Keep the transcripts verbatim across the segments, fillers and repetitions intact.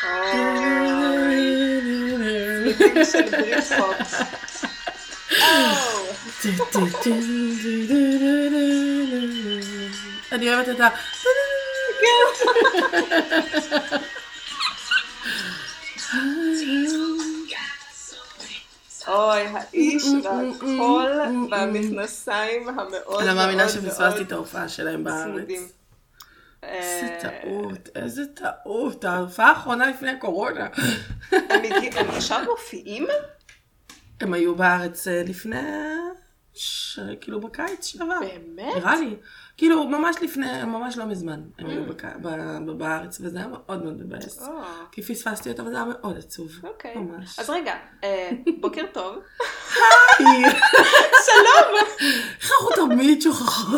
פליטים של בריטפופ. אני אוהבת את ה... אוי, האיש והקול והמכנסיים המאוד מאוד מאוד אני מאמינה שפספסתי את ההופעה שלהם בארץ. איזה אה, טעות, איזה טעות, ההופעה האחרונה לפני הקורונה. הם הגיעו- הם עכשיו מופיעים? הם היו בארץ אה, לפני, ש- כאילו בקיץ שעבר. באמת? נראה לי. כאילו ממש לפני, ממש לא מזמן. הם היו בק- ב- ב- בארץ, וזה היה מאוד מאוד מבאס. או, כי פספסתי אותם, וזה היה מאוד עצוב. אוקיי. ממש. אז רגע, אה, בוקר טוב. היי, שלום! איך אנחנו תמיד שוכחות?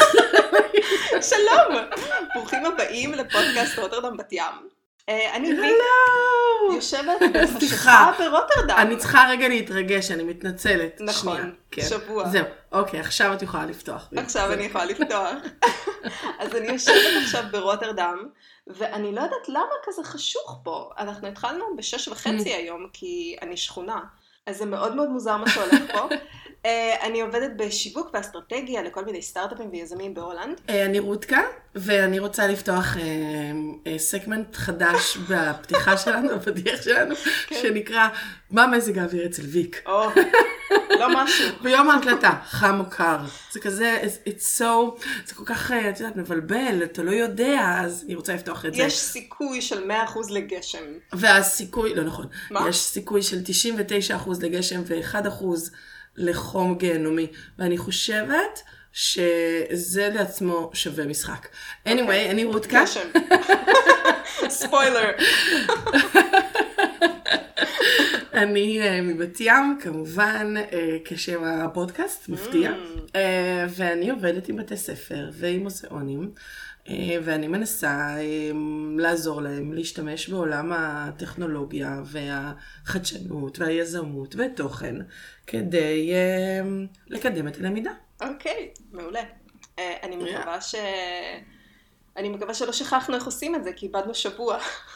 שלום! ברוכים הבאים לפודקאסט רוטרדם בת ים. אה, אני ויק, הלו! יושבת סליחה. בחשיכה ברוטרדם. אני צריכה רגע להתרגש, אני מתנצלת. נכון, שנייה, כן. שבוע. זהו, אוקיי, עכשיו את יכולה לפתוח. עכשיו זה- אני יכולה לפתוח. אז אני יושבת עכשיו ברוטרדם, ואני לא יודעת למה כזה חשוך פה. אנחנו התחלנו בשש וחצי היום, כי אני שכונה. אז זה מאוד מאוד מוזר מה שהולך פה. אה, אני עובדת בשיווק ואסטרטגיה לכל מיני סטארט-אפים ויזמים בהולנד. אה, אני רותקה, ואני רוצה לפתוח אה, אה, סגמנט חדש בפתיחה שלנו, בפתיח שלנו, שנקרא מה מזג האוויר אצל ויק. או, לא משהו. ביום ההקלטה, חם או קר. זה כזה, it's so, זה כל כך, אה, את יודעת, מבלבל, אתה לא יודע, אז אני רוצה לפתוח את זה. יש סיכוי של מאה אחוז לגשם. והסיכוי, לא נכון, מה? יש סיכוי של תשעים ותשעה אחוז לגשם ו-אחד אחוז לחום גיהנומי, ואני חושבת שזה לעצמו שווה משחק. anyway, אני רותקה. גשם. ספוילר. אני uh, מבת ים, כמובן, uh, כשם הפודקאסט, מפתיע. Uh, ואני עובדת עם בתי ספר ועם מוזיאונים, uh, ואני מנסה uh, לעזור להם להשתמש בעולם הטכנולוגיה והחדשנות והיזמות ותוכן, כדי uh, לקדם את הלמידה. אוקיי, מעולה. אה, אני מקווה ש... אני מקווה שלא שכחנו איך עושים את זה, כי איבדנו שבוע.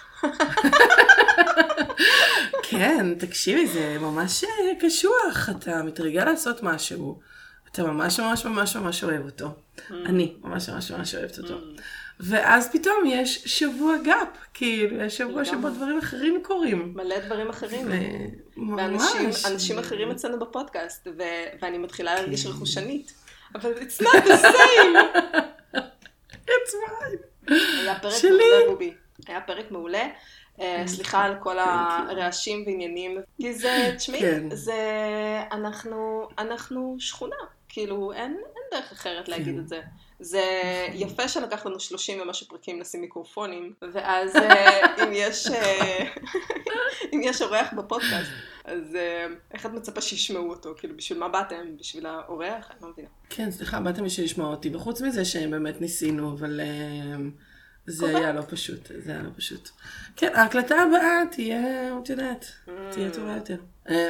כן, תקשיבי, זה ממש uh, קשוח, אתה מתרגל לעשות משהו, אתה ממש ממש ממש ממש אוהב אותו. אני ממש ממש ממש אוהבת אותו. ואז פתאום יש שבוע גאפ, כאילו, יש שבוע שבו דברים אחרים קורים. מלא דברים אחרים. ממש. ואנשים אנשים אחרים אצלנו בפודקאסט, ו... ואני מתחילה להרגיש רכושנית. אבל it's not the same. It's mine. היה פרק שלי. מעולה, בובי. היה פרק מעולה. אה, סליחה על כל הרעשים ועניינים. כי זה, תשמעי, כן. זה, אנחנו, אנחנו שכונה. כאילו, אין, אין דרך אחרת להגיד את זה. זה יפה שלקח לנו שלושים ומשהו פרקים לשים מיקרופונים, ואז אה, אם יש, אה, אם יש אורח בפודקאסט, אז אה, איך את מצפה שישמעו אותו? כאילו, בשביל מה באתם? בשביל האורח? אני לא מבינה. כן, סליחה, באתם בשביל לשמוע אותי, וחוץ מזה שהם באמת ניסינו, אבל אה, זה קורה. היה לא פשוט, זה היה לא פשוט. כן, ההקלטה הבאה תהיה, את יודעת, תהיה טובה יותר. אה,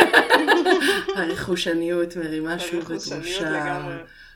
הרכושניות מרימה שוב את רכושניות ראשה. לגמרי.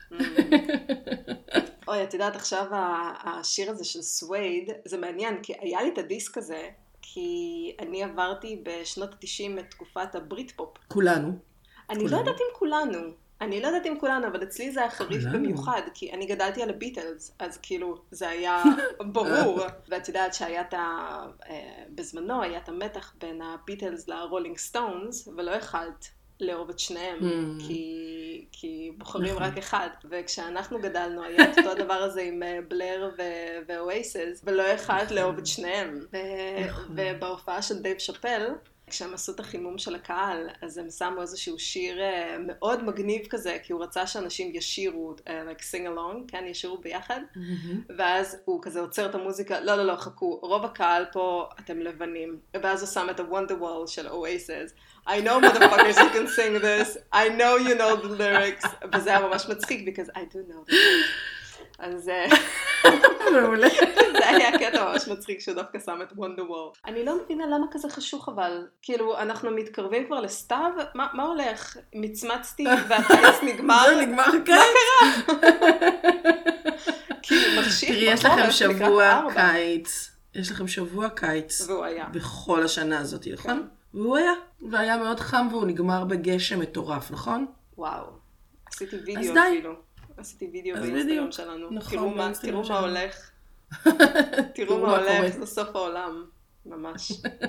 אוי, את יודעת, עכשיו ה- השיר הזה של סווייד, זה מעניין, כי היה לי את הדיסק הזה, כי אני עברתי בשנות ה-תשעים את תקופת הברית פופ. כולנו. אני לא יודעת אם כולנו, אני לא יודעת אם כולנו, אבל אצלי זה היה חריף כולנו. במיוחד, כי אני גדלתי על הביטלס, אז כאילו זה היה ברור. ואת יודעת שהיה את ה... אה, בזמנו היה את המתח בין הביטלס לרולינג סטונס, ולא יכלת לאהוב את שניהם, Mm. כי, כי בוחרים נכון. רק אחד. וכשאנחנו גדלנו היה את אותו הדבר הזה עם אה, בלר ו- ואוייסס, ולא יכלת לאהוב את שניהם. ו- נכון. ובהופעה של דייב שאפל, כשהם עשו את החימום של הקהל, אז הם שמו איזשהו שיר uh, מאוד מגניב כזה, כי הוא רצה שאנשים ישירו, uh, like sing along, כן, ישירו ביחד, ואז הוא כזה עוצר את המוזיקה, לא, לא, לא, חכו, רוב הקהל פה אתם לבנים, ואז הוא שם את ה-Wonderwall של Oasis, I know motherfuckers you can sing this, I know you know the lyrics, וזה היה ממש מצחיק, because I do know the lyrics. אז מעולה. זה היה קטע ממש מצחיק שהוא דווקא שם את וונדרוול. אני לא מבינה למה כזה חשוך אבל. כאילו, אנחנו מתקרבים כבר לסתיו, מה, מה הולך? מצמצתי והקיץ נגמר? זה נגמר הקיץ. כאילו, מחשיך תראי, יש לכם בחורף, שבוע לקראת ארבע. קיץ יש לכם שבוע קיץ. והוא היה. בכל השנה הזאת, נכון? והוא היה. והיה מאוד חם והוא נגמר בגשם מטורף, נכון? וואו. עשיתי וידאו אז די. אפילו. עשיתי וידאו באינסטגרם שלנו. נכון, תראו מה הולך. תראו מה הולך, זה סוף העולם. ממש.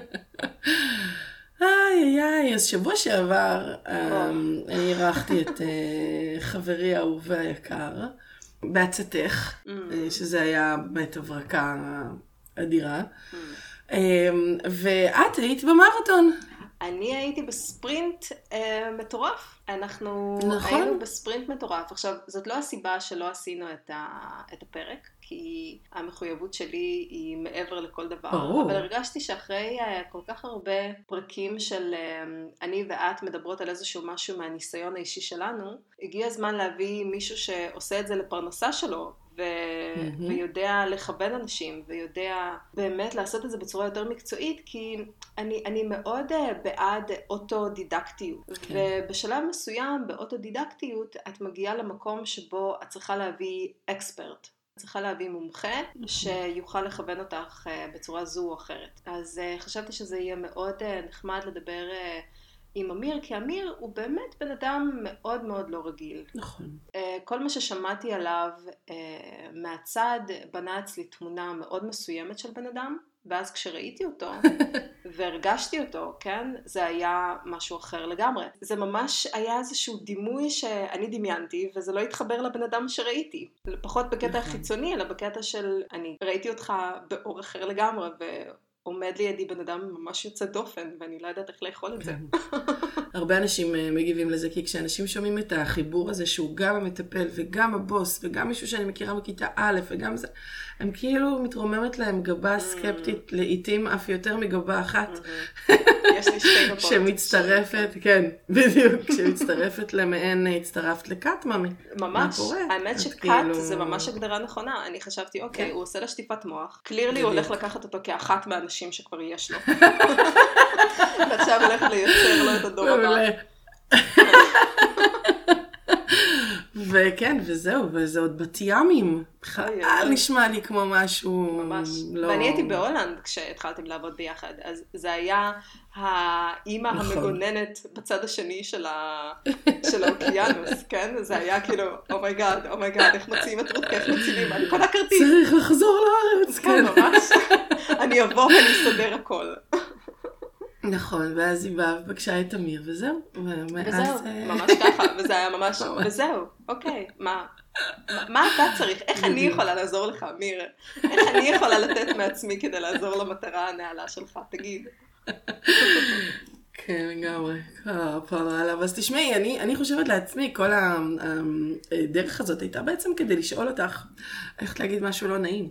איי איי איי, אז שבוע שעבר אני אירחתי את חברי האהוב והיקר בעצתך, שזה היה באמת הברקה אדירה, ואת היית במרתון. אני הייתי בספרינט אה, מטורף. אנחנו נכון. היינו בספרינט מטורף. עכשיו, זאת לא הסיבה שלא עשינו את, ה, את הפרק, כי המחויבות שלי היא מעבר לכל דבר. ברור. אבל הרגשתי שאחרי אה, כל כך הרבה פרקים של אה, אני ואת מדברות על איזשהו משהו מהניסיון האישי שלנו, הגיע הזמן להביא מישהו שעושה את זה לפרנסה שלו, ו... mm-hmm. ויודע לכוון אנשים, ויודע באמת לעשות את זה בצורה יותר מקצועית, כי אני, אני מאוד בעד אוטודידקטיות. Okay. ובשלב מסוים, באוטודידקטיות, את מגיעה למקום שבו את צריכה להביא אקספרט. את צריכה להביא מומחה שיוכל לכוון אותך בצורה זו או אחרת. אז חשבתי שזה יהיה מאוד נחמד לדבר עם אמיר, כי אמיר הוא באמת בן אדם מאוד מאוד לא רגיל. נכון. כל מה ששמעתי עליו מהצד בנה אצלי תמונה מאוד מסוימת של בן אדם, ואז כשראיתי אותו והרגשתי אותו, כן, זה היה משהו אחר לגמרי. זה ממש היה איזשהו דימוי שאני דמיינתי, וזה לא התחבר לבן אדם שראיתי. פחות בקטע חיצוני, אלא בקטע של אני ראיתי אותך באור אחר לגמרי, ו... עומד לידי בן אדם ממש יוצא דופן, ואני לא יודעת איך לאכול את זה. הרבה אנשים מגיבים לזה, כי כשאנשים שומעים את החיבור הזה, שהוא גם המטפל, וגם הבוס, וגם מישהו שאני מכירה מכיתה א', וגם זה, הם כאילו מתרוממת להם גבה סקפטית, לעתים אף יותר מגבה אחת. יש לי שתי גבות. שמצטרפת, כן, בדיוק, שמצטרפת למעין, הצטרפת לקאט, ממי. ממש, האמת שקאט זה ממש הגדרה נכונה. אני חשבתי, אוקיי, הוא עושה לה שטיפת מוח, קלירלי הוא הולך לקחת אותו כאחת מהאנשים שכבר יש לו. ועכשיו הולך לייצר לו את הדור הבא. וכן, וזהו, וזה עוד בת ימים. אל נשמע לי כמו משהו... ממש. ואני הייתי בהולנד כשהתחלתם לעבוד ביחד, אז זה היה האימא המגוננת בצד השני של האוקיינוס, כן? זה היה כאילו, אומייגאד, אומייגאד, איך מוציאים את רותק, איך מוציאים, אני קונה כרטיס. צריך לחזור לארץ, כן. ממש. אני אבוא ואני אסדר הכל. נכון, ואז היא באה ובקשה את אמיר, וזהו. וזהו, ממש ככה, וזה היה ממש, וזהו, אוקיי, מה, מה אתה צריך? איך אני יכולה לעזור לך, אמיר? איך אני יכולה לתת מעצמי כדי לעזור למטרה הנעלה שלך? תגיד. כן, לגמרי. פעלה עליו. אז תשמעי, אני, אני חושבת לעצמי, כל הדרך הזאת הייתה בעצם כדי לשאול אותך, איך להגיד משהו לא נעים.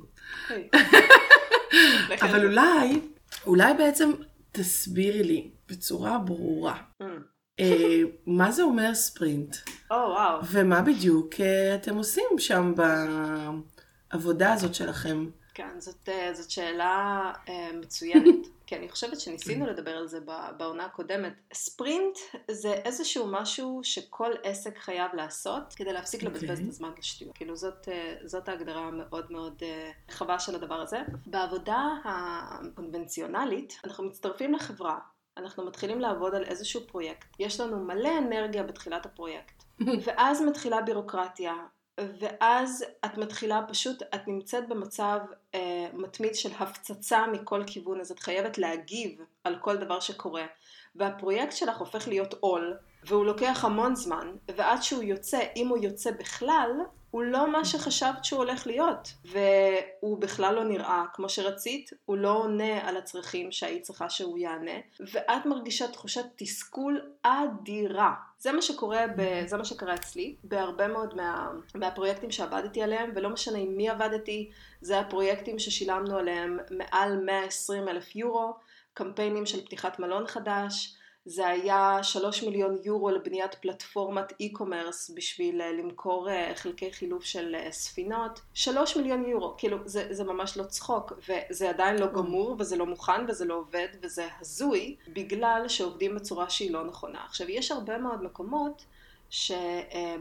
אבל אולי, אולי בעצם תסבירי לי בצורה ברורה, מה זה אומר ספרינט? או, וואו. ומה בדיוק אתם עושים שם בעבודה הזאת שלכם? כן, זאת, זאת שאלה מצוינת. כי אני חושבת שניסינו לדבר על זה בעונה הקודמת. ספרינט זה איזשהו משהו שכל עסק חייב לעשות כדי להפסיק לבזבז את הזמן לשטויות. כאילו זאת, זאת ההגדרה המאוד מאוד רחבה של הדבר הזה. בעבודה הקונבנציונלית אנחנו מצטרפים לחברה. אנחנו מתחילים לעבוד על איזשהו פרויקט. יש לנו מלא אנרגיה בתחילת הפרויקט. ואז מתחילה בירוקרטיה. ואז את מתחילה פשוט, את נמצאת במצב אה, מתמיד של הפצצה מכל כיוון, אז את חייבת להגיב על כל דבר שקורה. והפרויקט שלך הופך להיות עול, והוא לוקח המון זמן, ועד שהוא יוצא, אם הוא יוצא בכלל, הוא לא מה שחשבת שהוא הולך להיות. והוא בכלל לא נראה כמו שרצית, הוא לא עונה על הצרכים שהיית צריכה שהוא יענה, ואת מרגישה תחושת תסכול אדירה. זה מה שקורה, ב... זה מה שקרה אצלי, בהרבה מאוד מה... מהפרויקטים שעבדתי עליהם, ולא משנה עם מי עבדתי, זה הפרויקטים ששילמנו עליהם מעל מאה ועשרים אלף יורו, קמפיינים של פתיחת מלון חדש, זה היה שלוש מיליון יורו לבניית פלטפורמת אי-קומרס בשביל למכור חלקי חילוף של ספינות. שלוש מיליון יורו, כאילו זה, זה ממש לא צחוק, וזה עדיין לא גמור, וזה לא מוכן, וזה לא עובד, וזה הזוי, בגלל שעובדים בצורה שהיא לא נכונה. עכשיו, יש הרבה מאוד מקומות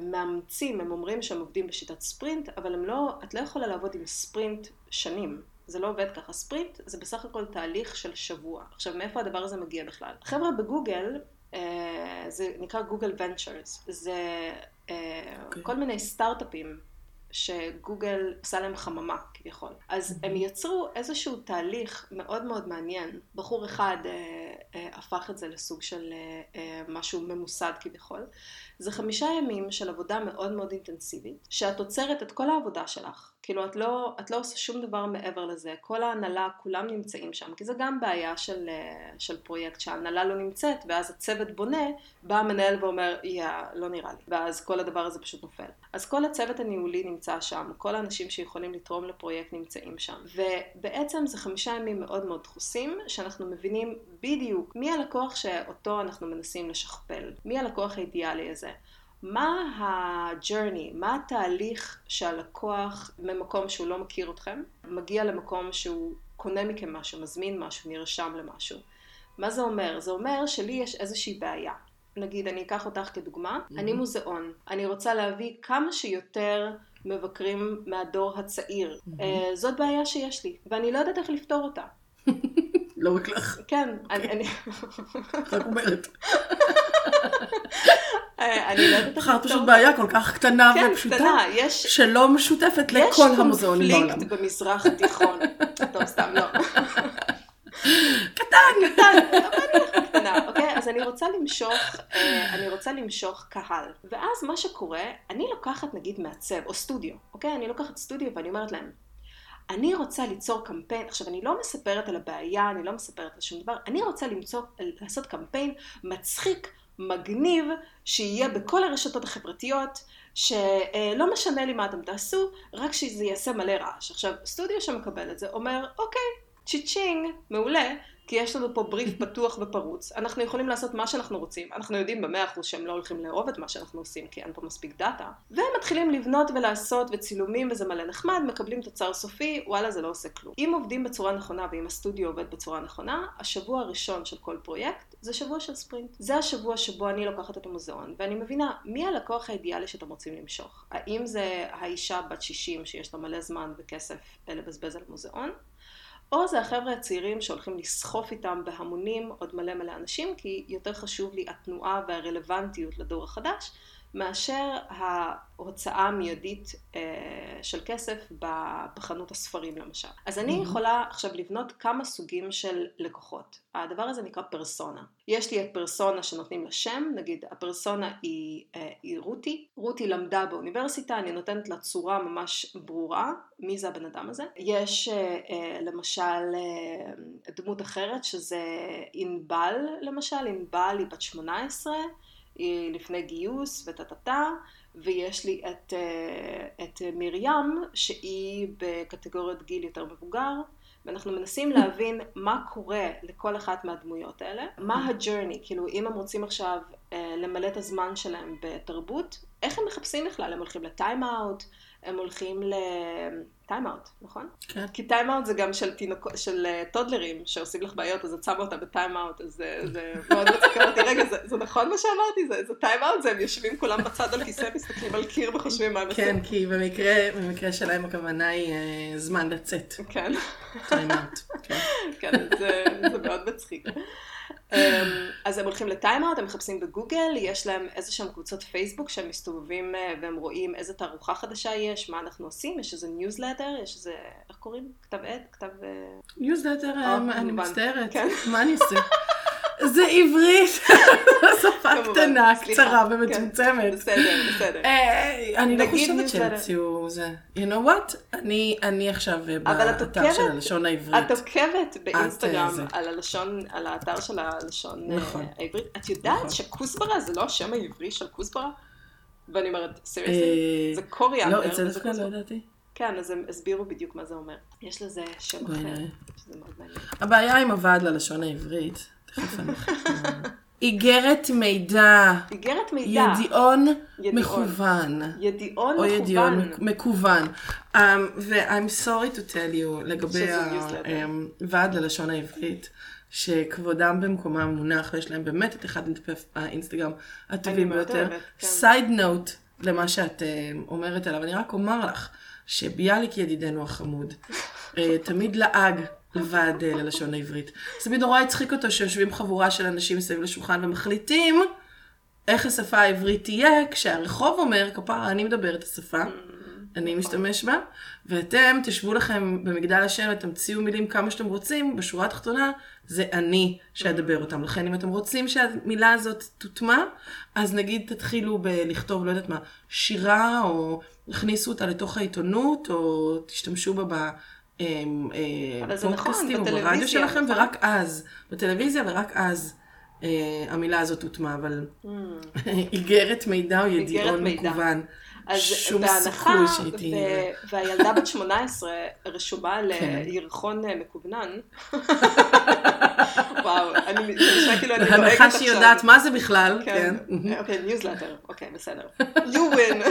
שמאמצים, הם אומרים שהם עובדים בשיטת ספרינט, אבל הם לא, את לא יכולה לעבוד עם ספרינט שנים. זה לא עובד ככה. ספרינט זה בסך הכל תהליך של שבוע. עכשיו, מאיפה הדבר הזה מגיע בכלל? חבר'ה בגוגל, זה נקרא גוגל ונצ'רס, זה okay. כל מיני סטארט-אפים שגוגל עושה להם חממה כביכול. אז mm-hmm. הם יצרו איזשהו תהליך מאוד מאוד מעניין. בחור אחד אה, אה, הפך את זה לסוג של אה, משהו ממוסד כביכול. זה חמישה ימים של עבודה מאוד מאוד אינטנסיבית, שאת עוצרת את כל העבודה שלך. כאילו את לא, את לא עושה שום דבר מעבר לזה. כל ההנהלה, כולם נמצאים שם, כי זה גם בעיה של, של פרויקט שההנהלה לא נמצאת, ואז הצוות בונה, בא המנהל ואומר, יא, לא נראה לי. ואז כל הדבר הזה פשוט נופל. אז כל הצוות הניהולי נמצא שם, כל האנשים שיכולים לתרום לפרויקט נמצאים שם. ובעצם זה חמישה ימים מאוד מאוד דחוסים, שאנחנו מבינים בדיוק מי הלקוח שאותו אנחנו מנסים לשכפל, מי הלקוח האידיאלי הזה. מה הג'רני, מה התהליך שהלקוח ממקום שהוא לא מכיר אתכם, מגיע למקום שהוא קונה מכם משהו, מזמין משהו, נרשם למשהו. מה זה אומר? זה אומר שלי יש איזושהי בעיה. נגיד, אני אקח אותך כדוגמה, mm-hmm. אני מוזיאון, אני רוצה להביא כמה שיותר מבקרים מהדור הצעיר. Mm-hmm. Uh, זאת בעיה שיש לי, ואני לא יודעת איך לפתור אותה. לא רק לך. כן, okay. אני... אני... רק אומרת. אני לא יודעת... בחרת פשוט בעיה כל כך קטנה כן, ופשוטה, קטנה, יש... שלא משותפת לכל המוזיאונים בעולם. יש קונפליקט במזרח התיכון. טוב, סתם, לא. קטן! קטן, אבל אני קטנה, אוקיי? אז אני רוצה למשוך, אני רוצה למשוך קהל. ואז מה שקורה, אני לוקחת נגיד מעצב, או סטודיו, אוקיי? אני לוקחת סטודיו ואני אומרת להם, אני רוצה ליצור קמפיין, עכשיו אני לא מספרת על הבעיה, אני לא מספרת על שום דבר, אני רוצה למצוא, לעשות קמפיין מצחיק, מגניב, שיהיה בכל הרשתות החברתיות, שלא משנה לי מה אתם תעשו, רק שזה יעשה מלא רעש. עכשיו, סטודיו שמקבל את זה אומר, אוקיי, צ'יצ'ינג, מעולה, כי יש לנו פה בריף פתוח ופרוץ, אנחנו יכולים לעשות מה שאנחנו רוצים, אנחנו יודעים במאה אחוז שהם לא הולכים לאהוב את מה שאנחנו עושים, כי אין פה מספיק דאטה, והם מתחילים לבנות ולעשות וצילומים וזה מלא נחמד, מקבלים תוצר סופי, וואלה זה לא עושה כלום. אם עובדים בצורה נכונה ואם הסטודיו עובד בצורה נכונה, השבוע הראשון של כל פרויקט זה שבוע של ספרינט. זה השבוע שבו אני לוקחת את המוזיאון, ואני מבינה מי הלקוח האידיאלי שאתם רוצים למשוך. האם זה האישה בת שישים שיש לה מלא זמן וכסף לבזבז על מוזיאון, או זה החבר'ה הצעירים שהולכים לסחוף איתם בהמונים עוד מלא מלא אנשים, כי יותר חשוב לי התנועה והרלוונטיות לדור החדש, מאשר ההוצאה המיידית של כסף בחנות הספרים למשל. אז אני יכולה עכשיו לבנות כמה סוגים של לקוחות. הדבר הזה נקרא פרסונה. יש לי את פרסונה שנותנים לה שם, נגיד הפרסונה היא, היא רותי. רותי למדה באוניברסיטה, אני נותנת לה צורה ממש ברורה, מי זה הבן אדם הזה. יש למשל דמות אחרת שזה אינבל למשל, אינבל היא בת שמונה עשרה, היא לפני גיוס וטטטה, ויש לי את, את מרים שהיא בקטגוריית גיל יותר מבוגר, ואנחנו מנסים להבין מה קורה לכל אחת מהדמויות האלה, מה הג'רני, כאילו אם הם רוצים עכשיו למלא את הזמן שלהם בתרבות, איך הם מחפשים בכלל? הם הולכים לטיים-אאוט, הם הולכים לטיים-אאוט, נכון? כן. כי טיים-אאוט זה גם של, תינוק... של טודלרים שעושים לך בעיות, אז את שמה אותה בטיים-אאוט, אז זה, זה מאוד מצחיק אותי. רגע, זה, זה נכון מה שאמרתי? זה, זה טיים-אאוט, זה הם יושבים כולם בצד על כיסא, מסתכלים על קיר וחושבים מה הם עושים. כן, כי במקרה, במקרה שלהם הכוונה היא אה, זמן לצאת. כן. טיים-אאוט, כן. כן, זה, זה מאוד מצחיק. אז הם הולכים לטיים-אאוט, הם מחפשים בגוגל, יש להם איזה שהם קבוצות פייסבוק שהם מסתובבים והם רואים איזה תערוכה חדשה יש, מה אנחנו עושים, יש איזה ניוזלטר, יש איזה, איך קוראים? כתב עת? כתב... ניוזלטר, אני מצטערת, מה אני אעשה? זה עברית, שפה קטנה, קצרה ומצומצמת. בסדר, בסדר. אני לא חושבת שהציעו זה. You know what? אני עכשיו באתר של הלשון העברית. את עוקבת באינסטגרם על הלשון, על האתר של הלשון העברית. את יודעת שכוסברה זה לא השם העברי של כוסברה? ואני אומרת, seriously? זה קוריאנדר. לא, את זה דווקא לא ידעתי. כן, אז הם הסבירו בדיוק מה זה אומר. יש לזה שם אחר, שזה מאוד מעניין. הבעיה עם הוועד ללשון העברית, איגרת מידע. איגרת מידע. ידיעון מכוון. ידיעון מכוון. או ידיעון מקוון. ו-I'm sorry to tell you לגבי הוועד ללשון העברית, שכבודם במקומם מונח, ויש להם באמת את אחד מדפי האינסטגרם הטובים ביותר. סייד נוט למה שאת אומרת עליו, אני רק אומר לך, שביאליק ידידנו החמוד, תמיד לעג לוועד ללשון העברית. זה תמיד נורא הצחיק אותו שיושבים חבורה של אנשים מסביב לשולחן ומחליטים איך השפה העברית תהיה, כשהרחוב אומר, כפרה, אני מדבר את השפה, אני משתמש בה, ואתם תשבו לכם במגדל השן ותמציאו מילים כמה שאתם רוצים, בשורה התחתונה זה אני שאדבר אותם. לכן אם אתם רוצים שהמילה הזאת תוטמע, אז נגיד תתחילו בלכתוב, לא יודעת מה, שירה, או הכניסו אותה לתוך העיתונות, או תשתמשו בה בפודקאסטים או ברדיו שלכם, ורק אז, בטלוויזיה ורק אז המילה הזאת תוטמע, אבל איגרת מידע או ידיעון מקוון. אז בהנחה, והילדה בת שמונה עשרה רשומה לירחון מקוונן. וואו, אני נשמע כאילו אני דואגת עכשיו. בהנחה שהיא יודעת מה זה בכלל. אוקיי, ניוזלטר, אוקיי, בסדר. You win.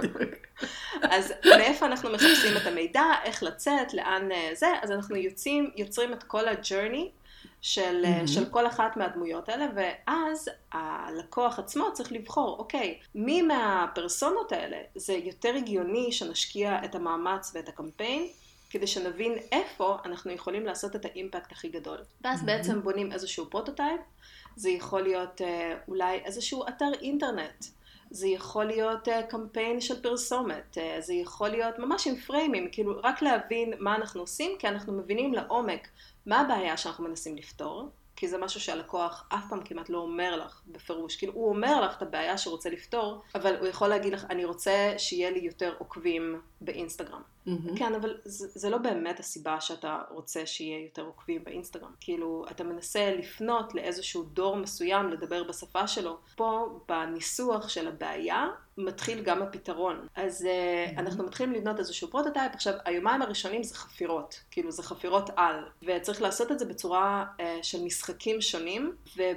אז מאיפה אנחנו מחפשים את המידע, איך לצאת, לאן זה, אז אנחנו יוצאים, יוצרים את כל הג'רני, של, mm-hmm. של כל אחת מהדמויות האלה, ואז הלקוח עצמו צריך לבחור, אוקיי, מי מהפרסונות האלה זה יותר הגיוני שנשקיע את המאמץ ואת הקמפיין, כדי שנבין איפה אנחנו יכולים לעשות את האימפקט הכי גדול. ואז mm-hmm. בעצם בונים איזשהו פרוטוטייפ, זה יכול להיות אולי איזשהו אתר אינטרנט, זה יכול להיות קמפיין של פרסומת, זה יכול להיות ממש עם פריימים, כאילו רק להבין מה אנחנו עושים, כי אנחנו מבינים לעומק מה הבעיה שאנחנו מנסים לפתור, כי זה משהו שהלקוח אף פעם כמעט לא אומר לך בפירוש, כאילו הוא אומר לך את הבעיה שרוצה לפתור, אבל הוא יכול להגיד לך, אני רוצה שיהיה לי יותר עוקבים באינסטגרם. Mm-hmm. כן, אבל זה, זה לא באמת הסיבה שאתה רוצה שיהיה יותר עוקבים באינסטגרם. כאילו, אתה מנסה לפנות לאיזשהו דור מסוים, לדבר בשפה שלו. פה, בניסוח של הבעיה, מתחיל גם הפתרון. אז mm-hmm. אנחנו מתחילים לבנות איזשהו פרוטוטייפ. עכשיו, היומיים הראשונים זה חפירות. כאילו, זה חפירות על. וצריך לעשות את זה בצורה uh, של משחקים שונים,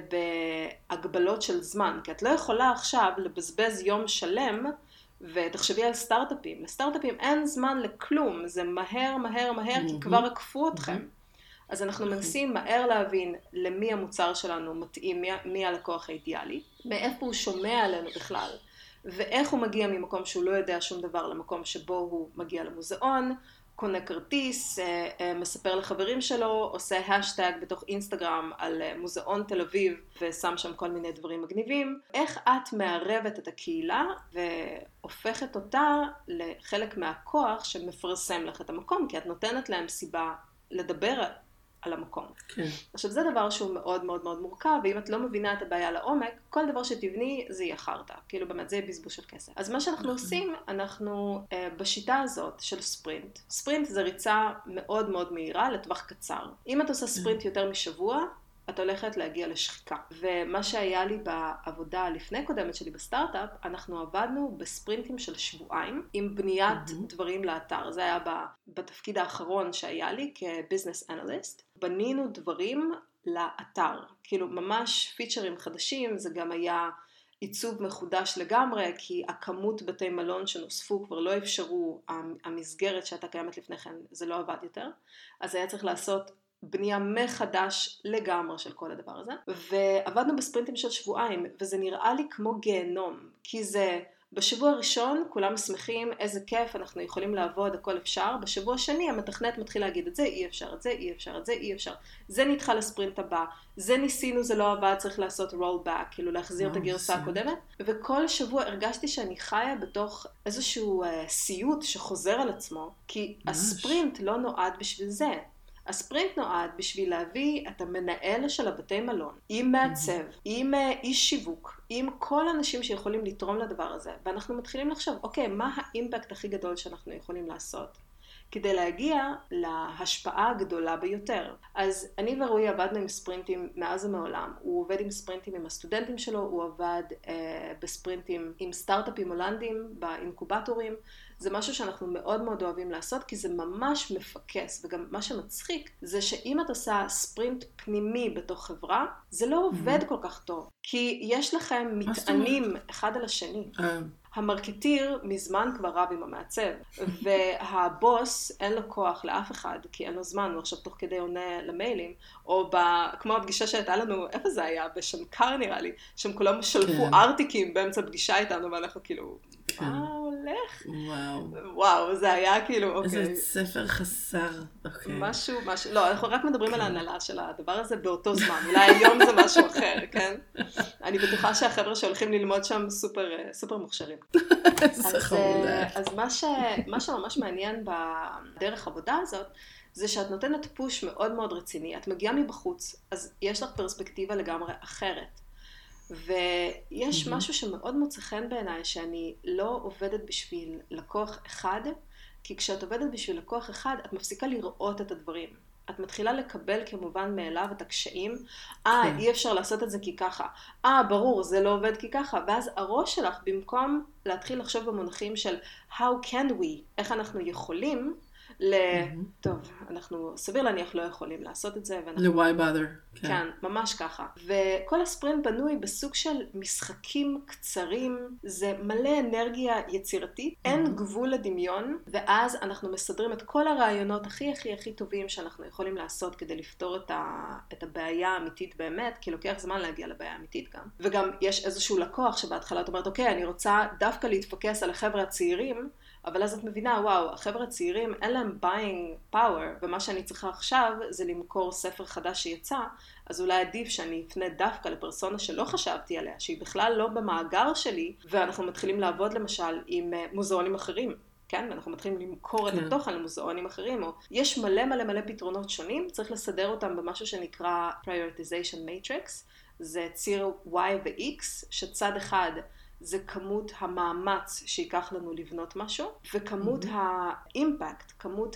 ובהגבלות של זמן. כי את לא יכולה עכשיו לבזבז יום שלם, ותחשבי על סטארט-אפים. לסטארט-אפים אין זמן לכלום, זה מהר, מהר, מהר, כי כבר עקפו אתכם. אז אנחנו מנסים מהר להבין למי המוצר שלנו מתאים, מי הלקוח האידיאלי, מאיפה הוא שומע עלינו בכלל, ואיך הוא מגיע ממקום שהוא לא יודע שום דבר למקום שבו הוא מגיע למוזיאון, קונה כרטיס, מספר לחברים שלו, עושה השטג בתוך אינסטגרם על מוזיאון תל אביב ושם שם כל מיני דברים מגניבים. איך את מערבת את הקהילה והופכת אותה לחלק מהכוח שמפרסם לך את המקום, כי את נותנת להם סיבה לדבר על המקום. כן. עכשיו זה דבר שהוא מאוד מאוד מאוד מורכב, ואם את לא מבינה את הבעיה לעומק, כל דבר שתבני זה יהיה חרטא. כאילו באמת זה יהיה בזבוז של כסף. אז מה שאנחנו עושים, אנחנו uh, בשיטה הזאת של ספרינט. ספרינט זה ריצה מאוד מאוד מהירה לטווח קצר. אם את עושה ספרינט יותר משבוע, את הולכת להגיע לשחיקה. ומה שהיה לי בעבודה לפני קודמת שלי בסטארט-אפ, אנחנו עבדנו בספרינטים של שבועיים, עם בניית mm-hmm. דברים לאתר. זה היה בתפקיד האחרון שהיה לי כביזנס אנליסט. בנינו דברים לאתר. כאילו ממש פיצ'רים חדשים, זה גם היה עיצוב מחודש לגמרי, כי הכמות בתי מלון שנוספו כבר לא אפשרו, המסגרת שהייתה קיימת לפני כן, זה לא עבד יותר. אז היה צריך לעשות בנייה מחדש לגמרי של כל הדבר הזה, ועבדנו בספרינטים של שבועיים, וזה נראה לי כמו גיהנום, כי זה בשבוע הראשון כולם שמחים, איזה כיף, אנחנו יכולים לעבוד, הכל אפשר, בשבוע השני המתכנת מתחיל להגיד את זה אי אפשר, את זה אי אפשר, את זה אי אפשר, זה נדחה לספרינט הבא, זה ניסינו, זה לא עבד, צריך לעשות roll back, כאילו להחזיר את הגרסה הקודמת, וכל שבוע הרגשתי שאני חיה בתוך איזשהו סיוט שחוזר על עצמו, כי הספרינט לא נועד בשביל זה. הספרינט נועד בשביל להביא את המנהל של הבתי מלון, עם מעצב, עם איש שיווק, עם כל האנשים שיכולים לתרום לדבר הזה, ואנחנו מתחילים לחשוב, אוקיי, מה האימפקט הכי גדול שאנחנו יכולים לעשות? כדי להגיע להשפעה הגדולה ביותר. אז אני ורועי עבדנו עם ספרינטים מאז ומעולם. הוא עובד עם ספרינטים עם הסטודנטים שלו, הוא עבד אה, בספרינטים עם סטארט-אפים הולנדים, באינקובטורים. זה משהו שאנחנו מאוד מאוד אוהבים לעשות, כי זה ממש מפקס, וגם מה שמצחיק זה שאם את עושה ספרינט פנימי בתוך חברה, זה לא עובד כל כך טוב, כי יש לכם מטענים אחד על השני. המרקטיר מזמן כבר רב עם המעצב, והבוס אין לו כוח לאף אחד, כי אין לו זמן, הוא עכשיו תוך כדי עונה למיילים, או ב... כמו הפגישה שהייתה לנו, איפה זה היה? בשנקר נראה לי, שהם כולם שלפו ארטיקים באמצע פגישה איתנו, ואנחנו כאילו, מה הולך? וואו. וואו, זה היה כאילו, אוקיי. איזה ספר חסר, אוקיי. משהו, משהו, לא, אנחנו רק מדברים על ההנהלה של הדבר הזה באותו זמן, אולי היום זה משהו אחר, כן? אני בטוחה שהחבר'ה שהולכים ללמוד שם סופר, סופר מוכשרים. איזה חמודה. אז מה ש, מה שממש מעניין בדרך עבודה הזאת, זה שאת נותנת פוש מאוד מאוד רציני, את מגיעה מבחוץ, אז יש לך פרספקטיבה לגמרי אחרת. ויש mm-hmm. משהו שמאוד מוצא חן בעיניי, שאני לא עובדת בשביל לקוח אחד, כי כשאת עובדת בשביל לקוח אחד, את מפסיקה לראות את הדברים. את מתחילה לקבל כמובן מאליו את הקשיים, אה, כן. אי אפשר לעשות את זה כי ככה, אה, ברור, זה לא עובד כי ככה, ואז הראש שלך, במקום להתחיל לחשוב במונחים של how can we, איך אנחנו יכולים, ל... טוב, אנחנו סביר להניח לא יכולים לעשות את זה. ל-why bother. כן, ממש ככה. וכל הספרינט בנוי בסוג של משחקים קצרים, זה מלא אנרגיה יצירתית, אין גבול לדמיון, ואז אנחנו מסדרים את כל הרעיונות הכי הכי הכי טובים שאנחנו יכולים לעשות כדי לפתור את, ה... את הבעיה האמיתית באמת, כי לוקח זמן להגיע לבעיה האמיתית גם. וגם יש איזשהו לקוח שבהתחלה את אומרת, אוקיי, אני רוצה דווקא להתפקס על החבר'ה הצעירים, אבל אז את מבינה, וואו, החבר'ה הצעירים אין להם buying power, ומה שאני צריכה עכשיו זה למכור ספר חדש שיצא, אז אולי עדיף שאני אפנה דווקא לפרסונה שלא חשבתי עליה, שהיא בכלל לא במאגר שלי, ואנחנו מתחילים לעבוד למשל עם מוזיאונים אחרים, כן? אנחנו מתחילים למכור את התוכן למוזיאונים אחרים, או יש מלא מלא מלא פתרונות שונים, צריך לסדר אותם במשהו שנקרא prioritization matrix, זה ציר Y ו-X, שצד אחד זה כמות המאמץ שיקח לנו לבנות משהו, וכמות mm-hmm. האימפקט, כמות